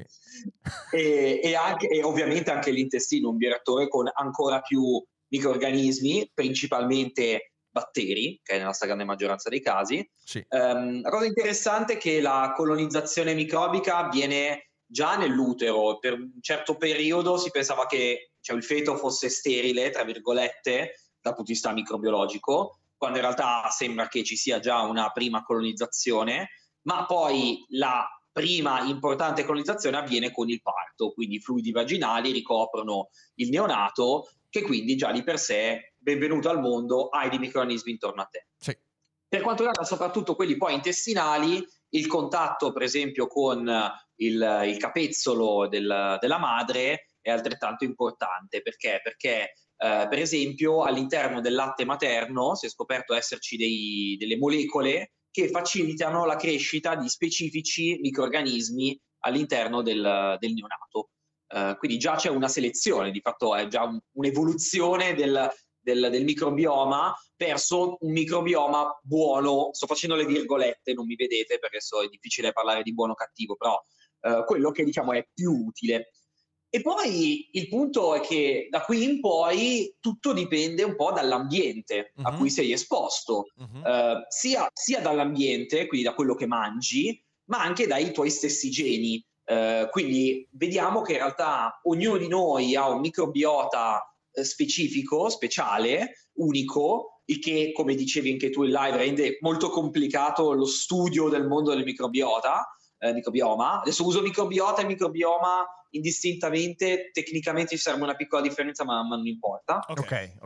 e ovviamente anche l'intestino, un bioreattore con ancora più microrganismi, principalmente batteri, che è nella stragrande maggioranza dei casi. Sì. La cosa interessante è che la colonizzazione microbica avviene già nell'utero. Per un certo periodo si pensava che il feto fosse sterile, tra virgolette, dal punto di vista microbiologico, quando in realtà sembra che ci sia già una prima colonizzazione, ma poi la prima importante colonizzazione avviene con il parto, quindi i fluidi vaginali ricoprono il neonato, che quindi già di per sé, benvenuto al mondo, hai dei microrganismi intorno a te. Sì. Per quanto riguarda soprattutto quelli poi intestinali, il contatto per esempio con il capezzolo della madre è altrettanto importante. Perché? Perché per esempio all'interno del latte materno si è scoperto esserci delle molecole che facilitano la crescita di specifici microrganismi all'interno del neonato. Quindi già c'è una selezione, di fatto è già un'evoluzione del microbioma verso un microbioma buono. Sto facendo le virgolette, non mi vedete perché è difficile parlare di buono o cattivo, però quello che diciamo è più utile. E poi il punto è che da qui in poi tutto dipende un po' dall'ambiente a cui sei esposto, sia dall'ambiente, quindi da quello che mangi, ma anche dai tuoi stessi geni. Quindi vediamo che in realtà ognuno di noi ha un microbiota specifico, speciale, unico, il che, come dicevi anche tu in live, rende molto complicato lo studio del mondo del microbioma. Adesso uso microbiota e microbioma indistintamente, tecnicamente ci sarebbe una piccola differenza, ma non importa. Ok.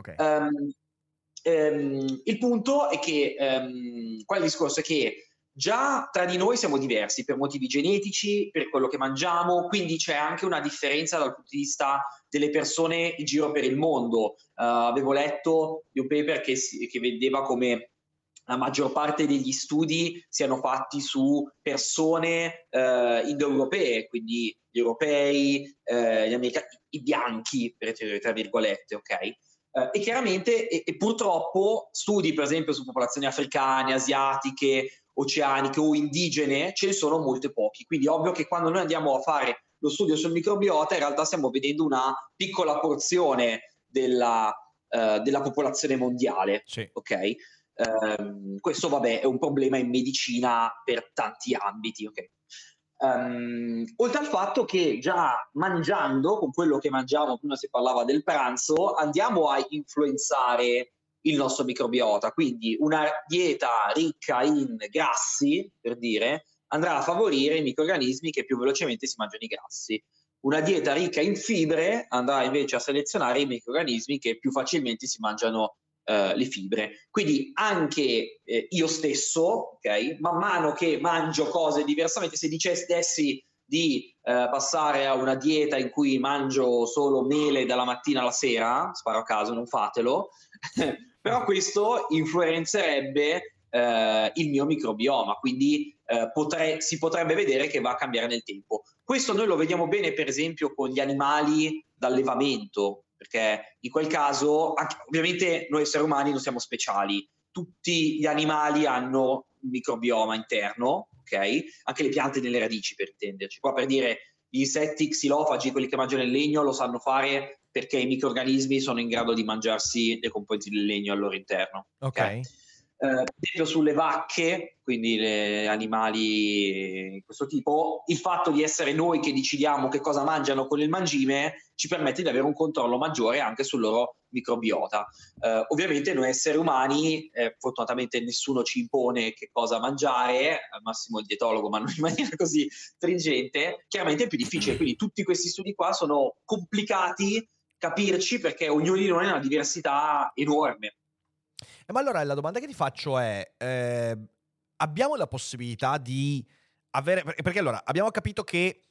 Il punto è che qua il discorso è che già tra di noi siamo diversi per motivi genetici, per quello che mangiamo, quindi c'è anche una differenza dal punto di vista delle persone in giro per il mondo. Avevo letto di un paper che vedeva come la maggior parte degli studi siano fatti su persone indoeuropee, quindi gli europei, gli americani, i bianchi, tra virgolette, ok? E chiaramente, e purtroppo, studi per esempio su popolazioni africane, asiatiche, oceaniche o indigene, ce ne sono molto pochi. Quindi è ovvio che quando noi andiamo a fare lo studio sul microbiota, in realtà stiamo vedendo una piccola porzione della popolazione mondiale. Sì. Ok? Questo vabbè è un problema in medicina per tanti ambiti, ok? Oltre al fatto che già mangiando, con quello che mangiamo, prima si parlava del pranzo, andiamo a influenzare il nostro microbiota. Quindi una dieta ricca in grassi, per dire, andrà a favorire i microrganismi che più velocemente si mangiano i grassi. Una dieta ricca in fibre andrà invece a selezionare i microrganismi che più facilmente si mangiano le fibre. Quindi anche io stesso, ok, man mano che mangio cose diversamente, se dicessi di passare a una dieta in cui mangio solo mele dalla mattina alla sera, sparo a caso, non fatelo, però questo influenzerebbe il mio microbioma, quindi si potrebbe vedere che va a cambiare nel tempo. Questo noi lo vediamo bene per esempio con gli animali d'allevamento, perché in quel caso, ovviamente noi esseri umani non siamo speciali, tutti gli animali hanno un microbioma interno, ok? Anche le piante nelle radici, per intenderci. Qua per dire, gli insetti xilofagi, quelli che mangiano il legno, lo sanno fare perché i microrganismi sono in grado di mangiarsi le componenti del legno al loro interno. Ok. Per esempio sulle vacche, quindi gli animali di questo tipo, il fatto di essere noi che decidiamo che cosa mangiano con il mangime ci permette di avere un controllo maggiore anche sul loro microbiota. Ovviamente noi esseri umani, fortunatamente nessuno ci impone che cosa mangiare, al massimo il dietologo, ma non in maniera così stringente, chiaramente è più difficile. Quindi tutti questi studi qua sono complicati capirci perché ognuno di noi ha una diversità enorme. Ma allora la domanda che ti faccio è, abbiamo la possibilità di avere, perché allora abbiamo capito che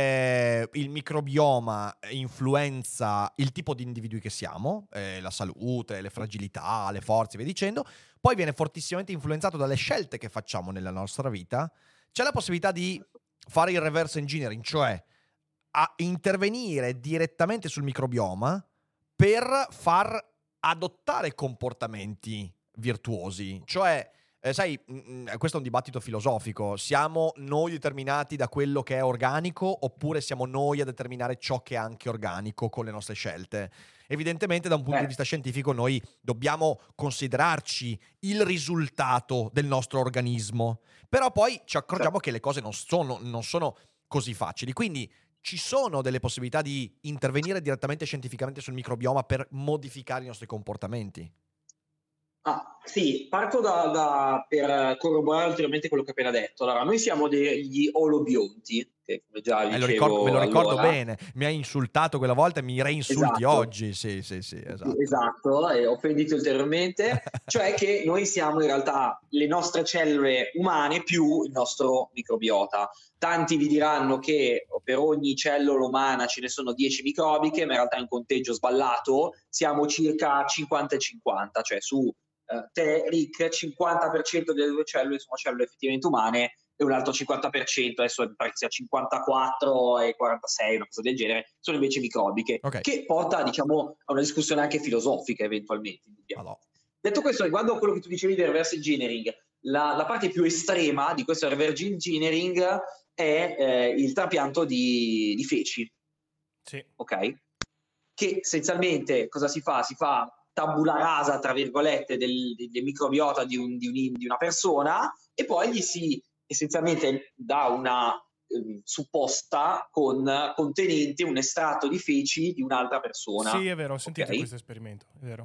il microbioma influenza il tipo di individui che siamo, la salute, le fragilità, le forze, via dicendo, poi viene fortissimamente influenzato dalle scelte che facciamo nella nostra vita. C'è la possibilità di fare il reverse engineering, cioè a intervenire direttamente sul microbioma per far adottare comportamenti virtuosi, cioè sai, questo è un dibattito filosofico: siamo noi determinati da quello che è organico oppure siamo noi a determinare ciò che è anche organico con le nostre scelte? Evidentemente da un punto di vista scientifico noi dobbiamo considerarci il risultato del nostro organismo, però poi ci accorgiamo che le cose non sono così facili, quindi ci sono delle possibilità di intervenire direttamente scientificamente sul microbioma per modificare i nostri comportamenti? Sì, parto per corroborare ulteriormente quello che ho appena detto. Allora, noi siamo degli olobionti, che come già me dicevo lo ricordo allora. bene, mi hai insultato quella volta e mi reinsulti Esatto. oggi, sì, Esatto, e offenditi ulteriormente, cioè che noi siamo in realtà le nostre cellule umane più il nostro microbiota. Tanti vi diranno che per ogni cellula umana ce ne sono 10 microbiche, ma in realtà è un conteggio sballato, siamo circa 50 e 50, cioè su te, Rick, 50% delle tue cellule sono cellule effettivamente umane e un altro 50%, adesso mi pare che sia 54 e 46, una cosa del genere, sono invece microbiche, che porta, diciamo, a una discussione anche filosofica eventualmente. Detto questo, riguardo a quello che tu dicevi del reverse engineering, la parte più estrema di questo reverse engineering è il trapianto di feci. Sì. Ok? Che essenzialmente cosa si fa? Si fa tabula rasa, tra virgolette, del microbiota di una persona e poi gli si essenzialmente dà una supposta contenente un estratto di feci di un'altra persona. Sì, è vero, ho sentito questo esperimento, è vero.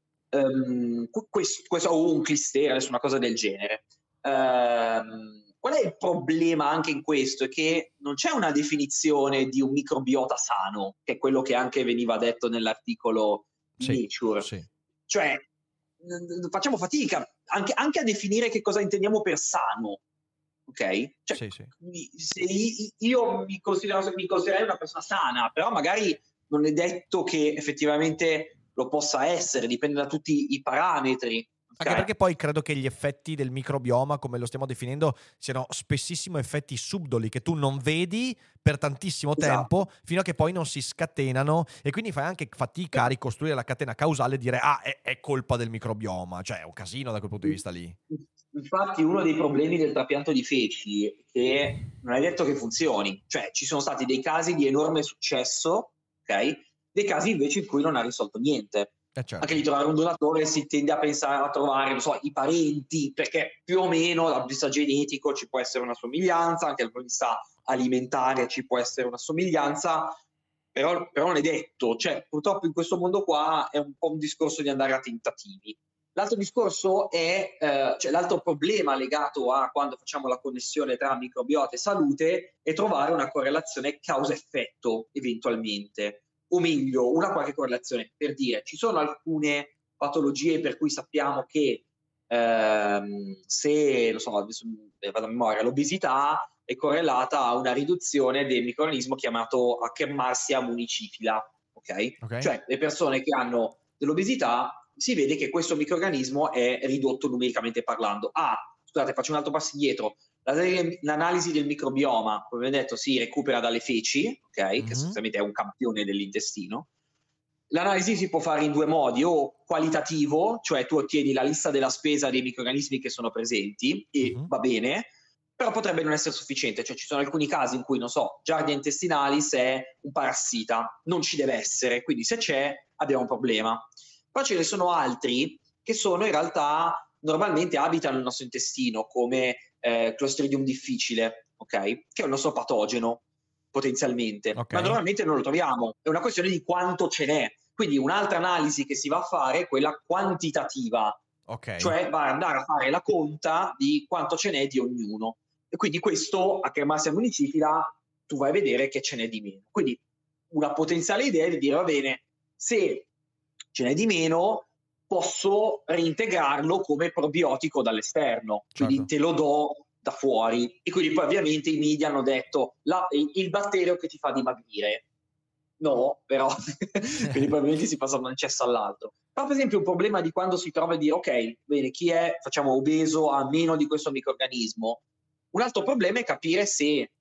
Questo o un clistero, adesso una cosa del genere. Qual è il problema anche in questo? È che non c'è una definizione di un microbiota sano, che è quello che anche veniva detto nell'articolo di Nature. Sì. Cioè, facciamo fatica anche a definire che cosa intendiamo per sano. Ok? Cioè, se io mi considererei una persona sana, però magari non è detto che effettivamente lo possa essere, dipende da tutti i parametri. Anche perché poi credo che gli effetti del microbioma, come lo stiamo definendo, siano spessissimo effetti subdoli che tu non vedi per tantissimo tempo fino a che poi non si scatenano e quindi fai anche fatica a ricostruire la catena causale e dire è colpa del microbioma, cioè è un casino da quel punto di vista lì. Infatti uno dei problemi del trapianto di feci è che non è detto che funzioni, cioè ci sono stati dei casi di enorme successo, ok? Dei casi invece in cui non ha risolto niente. Certo. Anche di trovare un donatore si tende a pensare a trovare, non so, i parenti, perché più o meno dal punto di vista genetico ci può essere una somiglianza, anche dal punto di vista alimentare ci può essere una somiglianza, però non è detto, cioè purtroppo in questo mondo qua è un po' un discorso di andare a tentativi. L'altro discorso è, cioè l'altro problema legato a quando facciamo la connessione tra microbiota e salute è trovare una correlazione causa-effetto eventualmente. O meglio, una qualche correlazione, per dire, ci sono alcune patologie per cui sappiamo che se, non so, adesso vado a memoria, l'obesità è correlata a una riduzione del microorganismo chiamato Akkermansia municiphala, ok? Cioè le persone che hanno dell'obesità si vede che questo microorganismo è ridotto numericamente parlando. Scusate, faccio un altro passo indietro. L'analisi del microbioma, come abbiamo detto, si recupera dalle feci, ok? Che sostanzialmente è un campione dell'intestino. L'analisi si può fare in due modi, o qualitativo, cioè tu ottieni la lista della spesa dei microorganismi che sono presenti e va bene, però potrebbe non essere sufficiente, cioè ci sono alcuni casi in cui, non so, Giardia intestinalis è un parassita, non ci deve essere, quindi se c'è abbiamo un problema. Poi ce ne sono altri che sono in realtà normalmente abitano nel nostro intestino, come Clostridium difficile, ok? Che è un nostro patogeno potenzialmente, ma normalmente non lo troviamo. È una questione di quanto ce n'è. Quindi un'altra analisi che si va a fare è quella quantitativa, cioè va ad andare a fare la conta di quanto ce n'è di ognuno. E quindi questo, Akkermansia municiphala, tu vai a vedere che ce n'è di meno. Quindi una potenziale idea è di dire, va bene, se ce n'è di meno, posso reintegrarlo come probiotico dall'esterno, quindi te lo do da fuori. E quindi poi ovviamente i media hanno detto il batterio che ti fa dimagrire. No, però quindi probabilmente si passa da un cesso all'altro. Però per esempio un problema di quando si trova a dire ok, bene, chi è, facciamo, obeso, ha meno di questo microorganismo. Un altro problema è capire se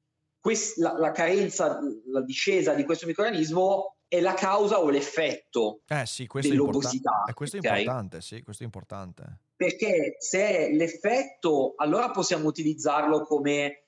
la carenza, la discesa di questo microorganismo è la causa o l'effetto dell'obesità. Questo è importante, sì, questo è importante. Perché se è l'effetto, allora possiamo utilizzarlo come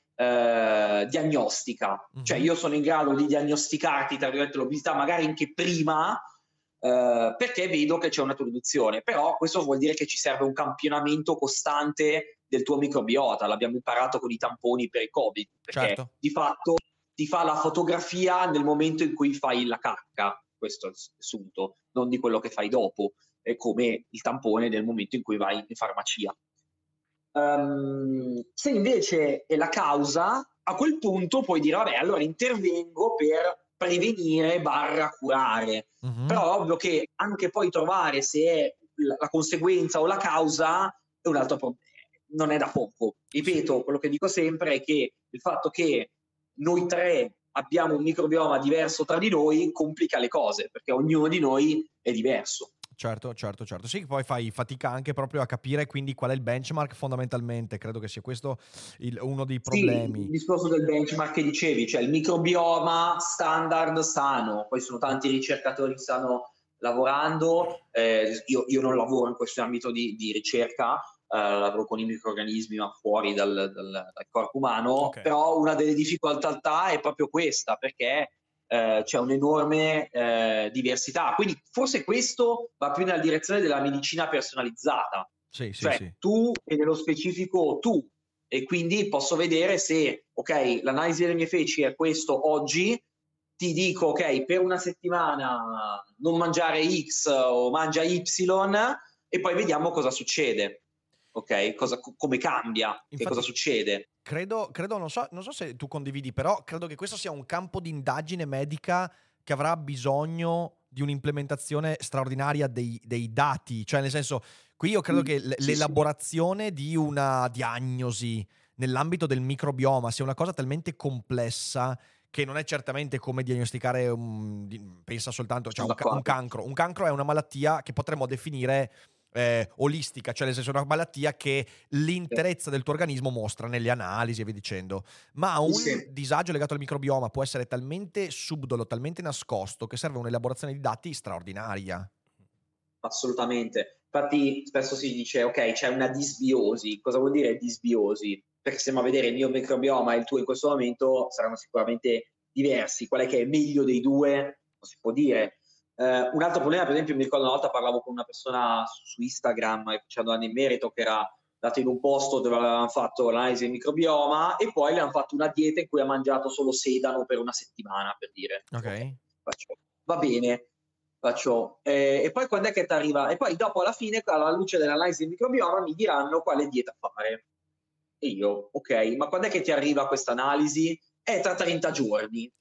diagnostica. Cioè io sono in grado di diagnosticarti, tra virgolette, l'obesità magari anche prima, perché vedo che c'è una tua riduzione. Però questo vuol dire che ci serve un campionamento costante del tuo microbiota. L'abbiamo imparato con i tamponi per il Covid, perché di fatto ti fa la fotografia nel momento in cui fai la cacca, questo è il sunto, non di quello che fai dopo, è come il tampone nel momento in cui vai in farmacia. Se invece è la causa, a quel punto puoi dire, vabbè, allora intervengo per prevenire / curare. Però è ovvio che anche poi trovare se è la conseguenza o la causa è un altro problema, non è da poco. Ripeto, quello che dico sempre è che il fatto che noi tre abbiamo un microbioma diverso tra di noi complica le cose, perché ognuno di noi è diverso. Certo. Sì, poi fai fatica anche proprio a capire quindi qual è il benchmark fondamentalmente. Credo che sia questo uno dei problemi. Sì, il discorso del benchmark che dicevi, cioè il microbioma standard sano, poi sono tanti ricercatori che stanno lavorando, io non lavoro in questo ambito di ricerca, lavoro con i microrganismi ma fuori dal corpo umano, però una delle difficoltà è proprio questa, perché c'è un'enorme diversità, quindi forse questo va più nella direzione della medicina personalizzata, cioè tu e nello specifico tu, e quindi posso vedere se, ok, l'analisi delle mie feci è questo oggi, ti dico, ok, per una settimana non mangiare X o mangia Y e poi vediamo cosa succede, ok? Come cambia, infatti, che cosa succede. Credo, non so se tu condividi, però credo che questo sia un campo di indagine medica che avrà bisogno di un'implementazione straordinaria dei dati, cioè nel senso, qui io credo che l'elaborazione di una diagnosi nell'ambito del microbioma sia una cosa talmente complessa che non è certamente come diagnosticare pensa soltanto, cioè un cancro. Un cancro è una malattia che potremmo definire olistica, cioè nel senso una malattia che l'interezza del tuo organismo mostra nelle analisi e via dicendo, ma un disagio legato al microbioma può essere talmente subdolo, talmente nascosto che serve un'elaborazione di dati straordinaria. Assolutamente, infatti spesso si dice ok, c'è una disbiosi. Cosa vuol dire disbiosi? Perché stiamo a vedere il mio microbioma e il tuo in questo momento saranno sicuramente diversi. Qual è che è meglio dei due? Non si può dire. Un altro problema, per esempio, mi ricordo una volta parlavo con una persona su Instagram facendo anni in merito, che era andato in un posto dove avevano fatto l'analisi del microbioma e poi le hanno fatto una dieta in cui ha mangiato solo sedano per una settimana, per dire. Ok. Va bene, e poi quando è che ti arriva? E poi dopo alla fine, alla luce dell'analisi del microbioma, mi diranno quale dieta fare. E io, ok, ma quando è che ti arriva questa analisi? Tra 30 giorni.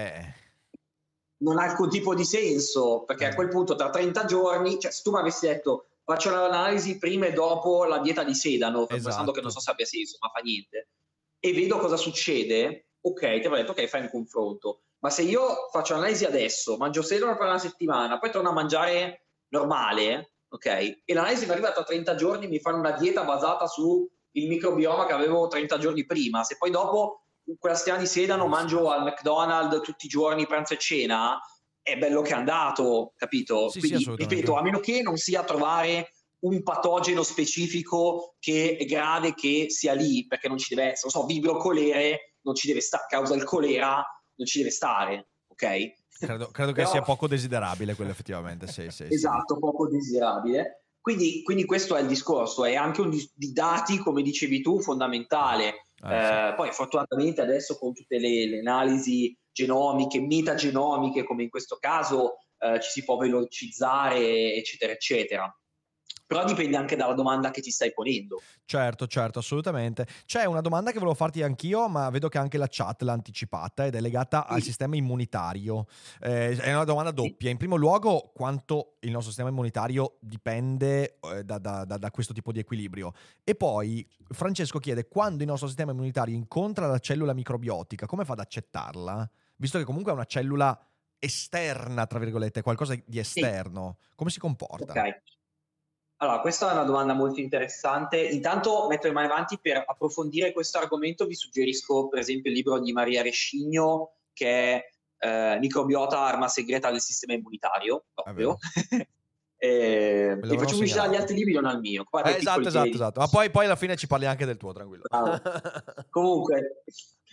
Non ha alcun tipo di senso, perché a quel punto tra 30 giorni, cioè se tu mi avessi detto faccio l'analisi prima e dopo la dieta di sedano, pensando che non so se abbia senso, ma fa niente, e vedo cosa succede, ok, ti avrei detto ok, fai un confronto. Ma se io faccio l'analisi adesso, mangio sedano per una settimana, poi torno a mangiare normale, ok, e l'analisi mi arriva tra 30 giorni, mi fanno una dieta basata sul microbioma che avevo 30 giorni prima, se poi dopo quella settimana di sedano mangio al McDonald's tutti i giorni pranzo e cena, è bello che è andato, capito? Quindi ripeto, a meno che non sia trovare un patogeno specifico che è grave, che sia lì, perché non ci deve essere, non so, vibrio colere, non ci deve stare, causa il colera, non ci deve stare, ok? Credo che sia poco desiderabile quello, effettivamente, sì. Esatto, poco desiderabile. Quindi questo è il discorso, è anche di dati, come dicevi tu, fondamentale. Poi fortunatamente adesso con tutte le analisi genomiche, metagenomiche, come in questo caso, ci si può velocizzare, eccetera, eccetera. Però dipende anche dalla domanda che ti stai ponendo. Certo, assolutamente. C'è una domanda che volevo farti anch'io, ma vedo che anche la chat l'ha anticipata ed è legata al sistema immunitario. È una domanda doppia. In primo luogo, quanto il nostro sistema immunitario dipende da questo tipo di equilibrio. E poi Francesco chiede: quando il nostro sistema immunitario incontra la cellula microbiotica, come fa ad accettarla? Visto che comunque è una cellula esterna, tra virgolette, qualcosa di esterno, come si comporta? Ok. Allora, questa è una domanda molto interessante. Intanto metto le mani avanti per approfondire questo argomento. Vi suggerisco per esempio il libro di Maria Rescigno, che è Microbiota, arma segreta del sistema immunitario, proprio. Ti faccio pubblicità agli altri libri, non al mio. Esatto. Ma poi alla fine ci parli anche del tuo, tranquillo. Comunque,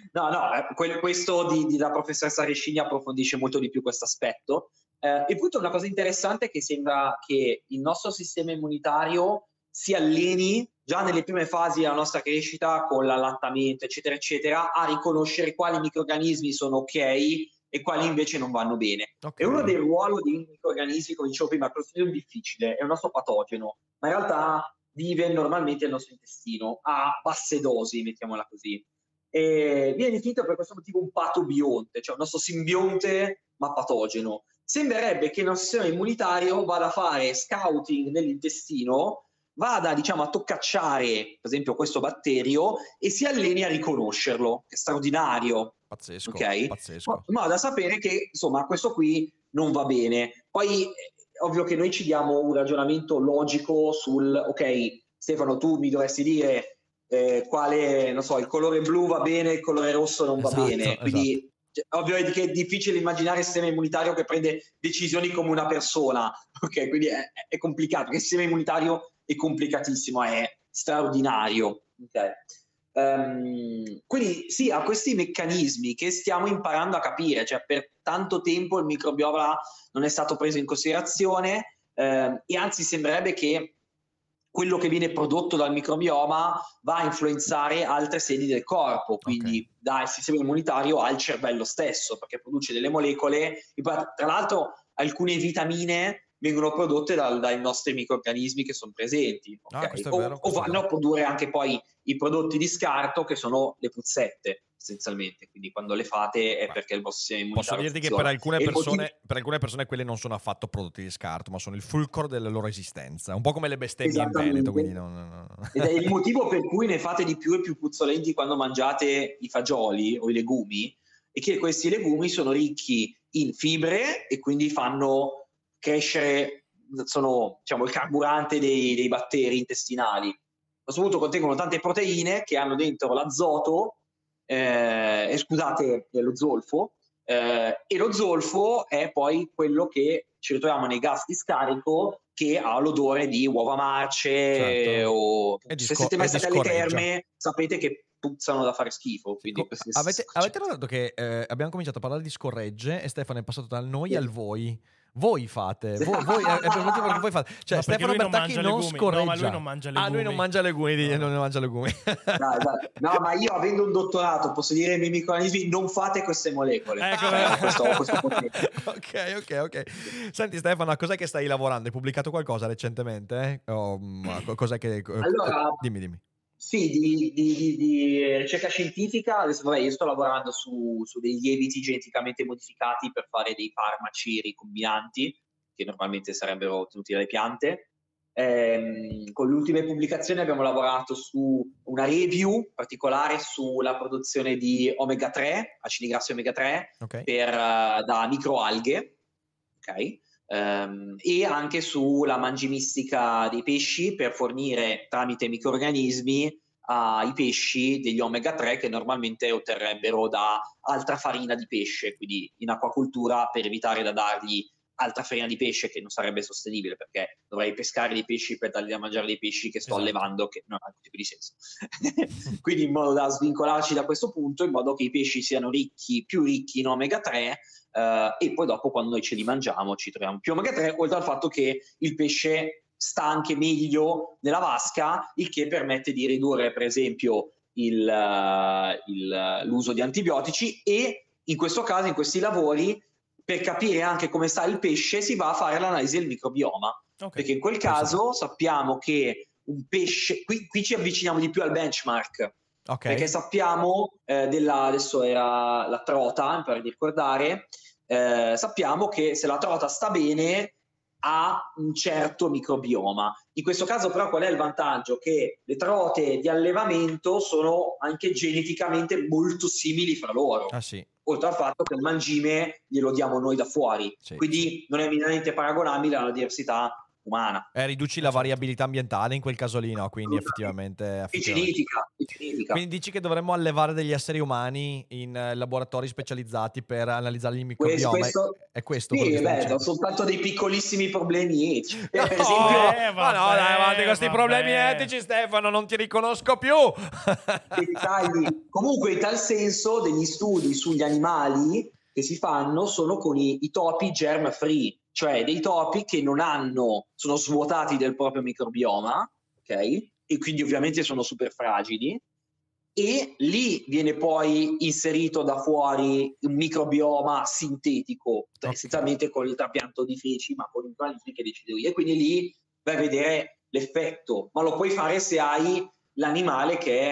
questo della professoressa Rescigno approfondisce molto di più questo aspetto. E appunto una cosa interessante è che sembra che il nostro sistema immunitario si alleni già nelle prime fasi della nostra crescita, con l'allattamento, eccetera, eccetera, a riconoscere quali microrganismi sono ok e quali invece non vanno bene. Okay. E uno dei ruoli dei microrganismi, come dicevo prima, è difficile, è un nostro patogeno, ma in realtà vive normalmente nel nostro intestino a basse dosi, mettiamola così. viene definito per questo motivo un patobionte, cioè un nostro simbionte ma patogeno. Sembrerebbe che il nostro sistema immunitario vada a fare scouting nell'intestino, vada diciamo a toccacciare per esempio questo batterio e si alleni a riconoscerlo, che è straordinario. Pazzesco, okay? pazzesco. Ma da sapere che insomma questo qui non va bene. Poi ovvio che noi ci diamo un ragionamento logico sul ok, Stefano, tu mi dovresti dire quale, non so, il colore blu va bene, il colore rosso non va bene, quindi ovvio che è difficile immaginare il sistema immunitario che prende decisioni come una persona, ok? Quindi è complicato, perché il sistema immunitario è complicatissimo, è straordinario, ok? Quindi sì, ha questi meccanismi che stiamo imparando a capire, cioè per tanto tempo il microbioma non è stato preso in considerazione e anzi sembrerebbe che quello che viene prodotto dal microbioma va a influenzare altre sedi del corpo, quindi dal sistema immunitario al cervello stesso, perché produce delle molecole, tra l'altro alcune vitamine vengono prodotte dai nostri microrganismi che sono presenti, okay? O vanno a produrre anche poi i prodotti di scarto che sono le puzzette essenzialmente, quindi quando le fate è perché il vostro sistema immunitario posso dirti che per alcune persone quelle non sono affatto prodotti di scarto, ma sono il fulcro della loro esistenza, un po' come le bestemmie in Veneto, quindi ed è il motivo per cui ne fate di più e più puzzolenti quando mangiate i fagioli o i legumi, e che questi legumi sono ricchi in fibre e quindi fanno crescere, sono diciamo il carburante dei batteri intestinali. A questo punto contengono tante proteine che hanno dentro l'azoto, scusate, lo zolfo, e lo zolfo è poi quello che ci ritroviamo nei gas di scarico che ha l'odore di uova marce, certo. O se siete mai stati alle terme sapete che puzzano da fare schifo. Quindi avete notato che abbiamo cominciato a parlare di scorregge e Stefano è passato dal noi al voi. Voi fate, voi fate. Cioè no, Stefano Bertacchi non scorreggia. No, ma lui non mangia legumi. Lui non mangia legumi, non mangia legumi. No, ma io avendo un dottorato posso dire ai miei microorganismi non fate queste molecole. Ecco, ok. Senti Stefano, a cos'è che stai lavorando? Hai pubblicato qualcosa recentemente? Cos'è che... Allora, dimmi. Sì, di ricerca scientifica. Adesso io sto lavorando su dei lieviti geneticamente modificati per fare dei farmaci ricombinanti che normalmente sarebbero ottenuti dalle piante. Con le ultime pubblicazioni abbiamo lavorato su una review particolare sulla produzione di omega 3, acidi grassi omega 3, da microalghe, e anche sulla mangimistica dei pesci per fornire tramite microrganismi ai pesci degli omega 3 che normalmente otterrebbero da altra farina di pesce, quindi in acquacoltura, per evitare da dargli altra farina di pesce che non sarebbe sostenibile, perché dovrei pescare dei pesci per dargli da mangiare dei pesci che sto allevando, che non ha alcun tipo di senso. Quindi in modo da svincolarci da questo punto, in modo che i pesci siano più ricchi in omega 3, e poi dopo quando noi ce li mangiamo ci troviamo più omega 3, oltre al fatto che il pesce sta anche meglio nella vasca, il che permette di ridurre per esempio l'uso di antibiotici, e in questo caso, in questi lavori, per capire anche come sta il pesce si va a fare l'analisi del microbioma, perché in quel caso sappiamo che un pesce, qui ci avviciniamo di più al benchmark, perché sappiamo adesso era la trota, per ricordare, sappiamo che se la trota sta bene ha un certo microbioma. In questo caso però qual è il vantaggio? Che le trote di allevamento sono anche geneticamente molto simili fra loro, oltre al fatto che il mangime glielo diamo noi da fuori, quindi non è minimamente paragonabile alla diversità umana. Riduci la variabilità ambientale in quel è no? Quindi effettivamente genetica. Quindi dici che dovremmo allevare degli esseri umani in laboratori specializzati per analizzare il microbioma. È questo? Sì, ho soltanto dei piccolissimi problemi etici. Per esempio, dai, avanti con questi problemi etici, Stefano, non ti riconosco più. Comunque, in tal senso, degli studi sugli animali che si fanno sono con i topi germ free, cioè dei topi che sono svuotati del proprio microbioma, e quindi ovviamente sono super fragili, e lì viene poi inserito da fuori un microbioma sintetico, essenzialmente con il trapianto di feci, ma con i microrganismi che decido io, e quindi lì vai a vedere l'effetto, ma lo puoi fare se hai l'animale che è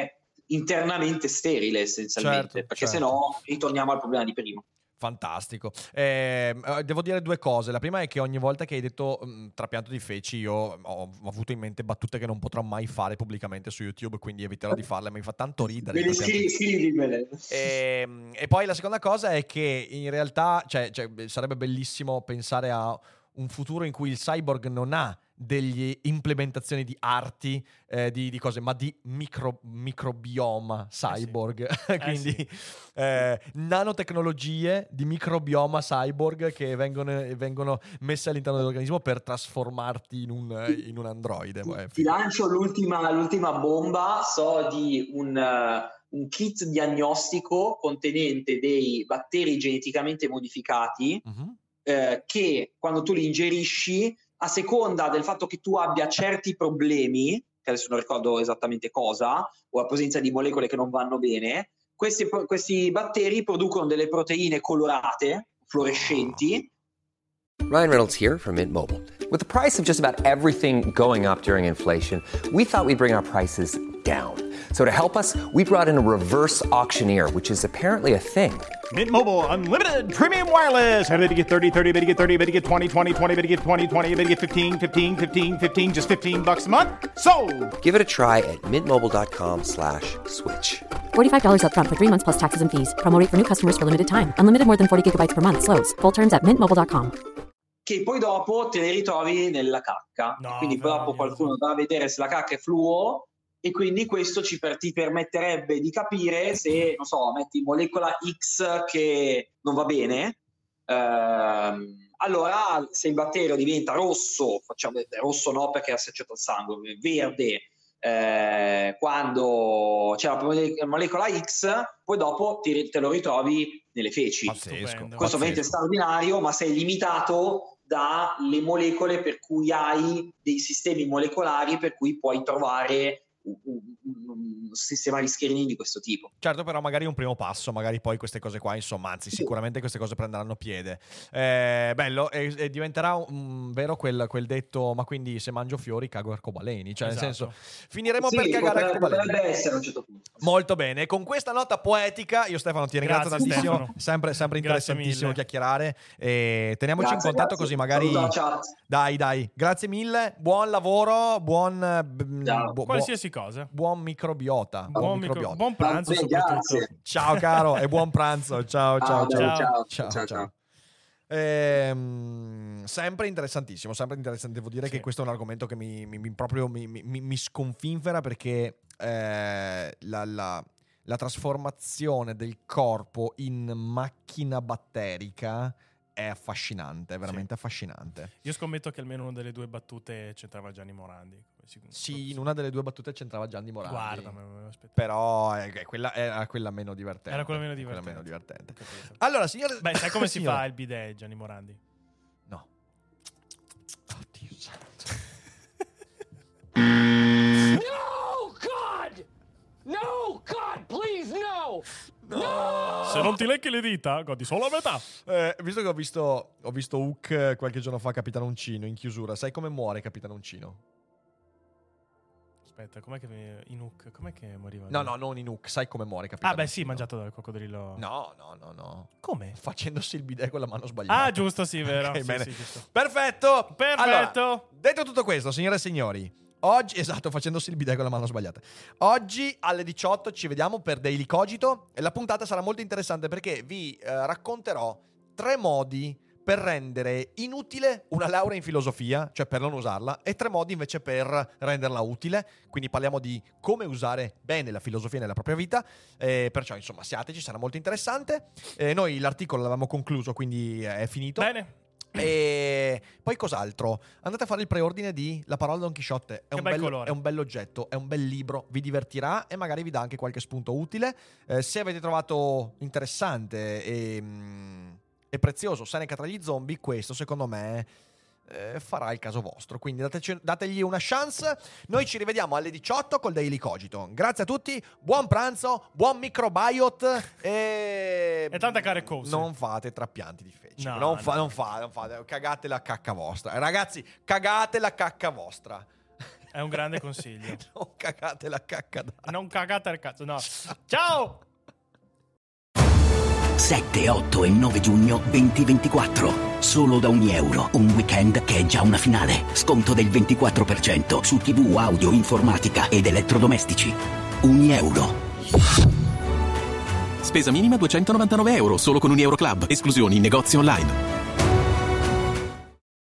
internamente sterile essenzialmente, Certo, perché certo. se no ritorniamo al problema di prima. Fantastico. Devo dire due cose. La prima è che ogni volta che hai detto trapianto di feci, io ho avuto in mente battute che non potrò mai fare pubblicamente su YouTube, quindi eviterò di farle. Mi fa tanto ridere. Scrivimele. E poi la seconda cosa è che in realtà sarebbe bellissimo pensare a un futuro in cui il cyborg non ha delle implementazioni di arti, di cose, ma di microbioma cyborg. Quindi nanotecnologie di microbioma cyborg che vengono messe all'interno dell'organismo per trasformarti in un androide. Ti lancio l'ultima bomba. So di un kit diagnostico contenente dei batteri geneticamente modificati che quando tu li ingerisci, a seconda del fatto che tu abbia certi problemi, che adesso non ricordo esattamente cosa, o la presenza di molecole che non vanno bene, questi batteri producono delle proteine colorate, fluorescenti. Ryan Reynolds here from Mint Mobile. With the price of just about everything going up during inflation, we thought we'd bring our prices down. So to help us, we brought in a reverse auctioneer, which is apparently a thing. Mint Mobile Unlimited Premium Wireless. How to get 30, 30, bit to get 30, bit to get 20, 20, 20, bit to get 20, 20, bit to get 15, 15, 15, 15, just $15 a month? Sold! Give it a try at mintmobile.com/switch. $45 up front for 3 months plus taxes and fees. Promo rate for new customers for limited time. Unlimited more than 40 gigabytes per month. Slows full terms at mintmobile.com. Che poi dopo te le ritrovi nella cacca. Quindi poi dopo qualcuno va a vedere se la cacca è fluo, e quindi questo ti permetterebbe di capire se, non so, metti molecola X che non va bene, allora se il batterio diventa rosso, rosso no perché è associato al sangue, verde quando c'è la molecola X, poi dopo te lo ritrovi nelle feci. Pazzesco. Questo ovviamente è straordinario, ma sei limitato dalle molecole per cui hai dei sistemi molecolari per cui puoi trovare un sistema di screening di questo tipo. Certo, però magari un primo passo, magari poi queste cose qua, insomma, anzi sicuramente queste cose prenderanno piede. Bello, e diventerà vero quel detto, ma quindi se mangio fiori cago arcobaleni, cioè Esatto. nel senso finiremo per cagare arcobaleni. Potrebbe essere a un certo punto. Molto bene, con questa nota poetica io Stefano ti ringrazio Grazie, tantissimo, Stefano. sempre interessantissimo mille. chiacchierare, e teniamoci Grazie, in contatto grazie. così magari Saluto la chat. dai, grazie mille, buon lavoro, qualsiasi cosa. buon microbiota, buon Buon pranzo soprattutto. Grazie. ciao caro e buon pranzo, ciao. Ciao. Sempre interessantissimo, devo dire che questo è un argomento che mi sconfinfera, perché la trasformazione del corpo in macchina batterica è affascinante, è veramente affascinante. Io scommetto che almeno una delle due battute c'entrava Gianni Morandi. Sì, in una delle due battute c'entrava Gianni Morandi. Guarda, aspetta. Però era quella meno divertente. Era quella meno divertente. Allora, signore... Beh, sai come si fa il bidet, Gianni Morandi? No. Oddio santo. No, God! No, God, please, no! No! Se non ti lecchi le dita, godi solo a metà. Visto che ho visto Hook qualche giorno fa, Capitano Uncino, in chiusura, sai come muore Capitano Uncino? Aspetta, com'è che in Hook? Com'è che moriva? No, non in Hook, sai come muore Capitano Ah, beh, Uncino? sì, mangiato dal coccodrillo. No. Come? Facendosi il bidet con la mano sbagliata. Ah, giusto, sì, vero. Ok, sì, bene. sì, giusto. Perfetto. Allora, Detto detto tutto questo, signore e signori, oggi, esatto, facendosi il bidet con la mano sbagliata. Oggi alle 18 ci vediamo per Daily Cogito e la puntata sarà molto interessante perché vi racconterò 3 modi per rendere inutile una laurea in filosofia, cioè per non usarla, e 3 modi invece per renderla utile. Quindi parliamo di come usare bene la filosofia nella propria vita, perciò insomma siateci, sarà molto interessante. Noi l'articolo l'avevamo concluso, quindi è finito. Bene. E poi cos'altro? Andate a fare il preordine di La parola Don Chisciotte. È un bell'oggetto, è un bel libro, vi divertirà e magari vi dà anche qualche spunto utile. Se avete trovato interessante e prezioso Seneca tra gli zombie, questo secondo me farà il caso vostro, quindi dategli una chance. Noi ci rivediamo alle 18 col Daily Cogito. Grazie a tutti, buon pranzo, buon microbiot e tante care cose. Non fate trapianti di feci. No, non fate, cagate la cacca vostra, ragazzi, cagate la cacca vostra. È un grande consiglio. Non cagate la cacca d'Aia. Non cagate il cazzo, no. Ciao! 7, 8 e 9 giugno 2024. Solo da €1. Un weekend che è già una finale. Sconto del 24% su TV, audio, informatica ed elettrodomestici. €1. Spesa minima €299, solo con un Euroclub. Esclusioni in negozi online.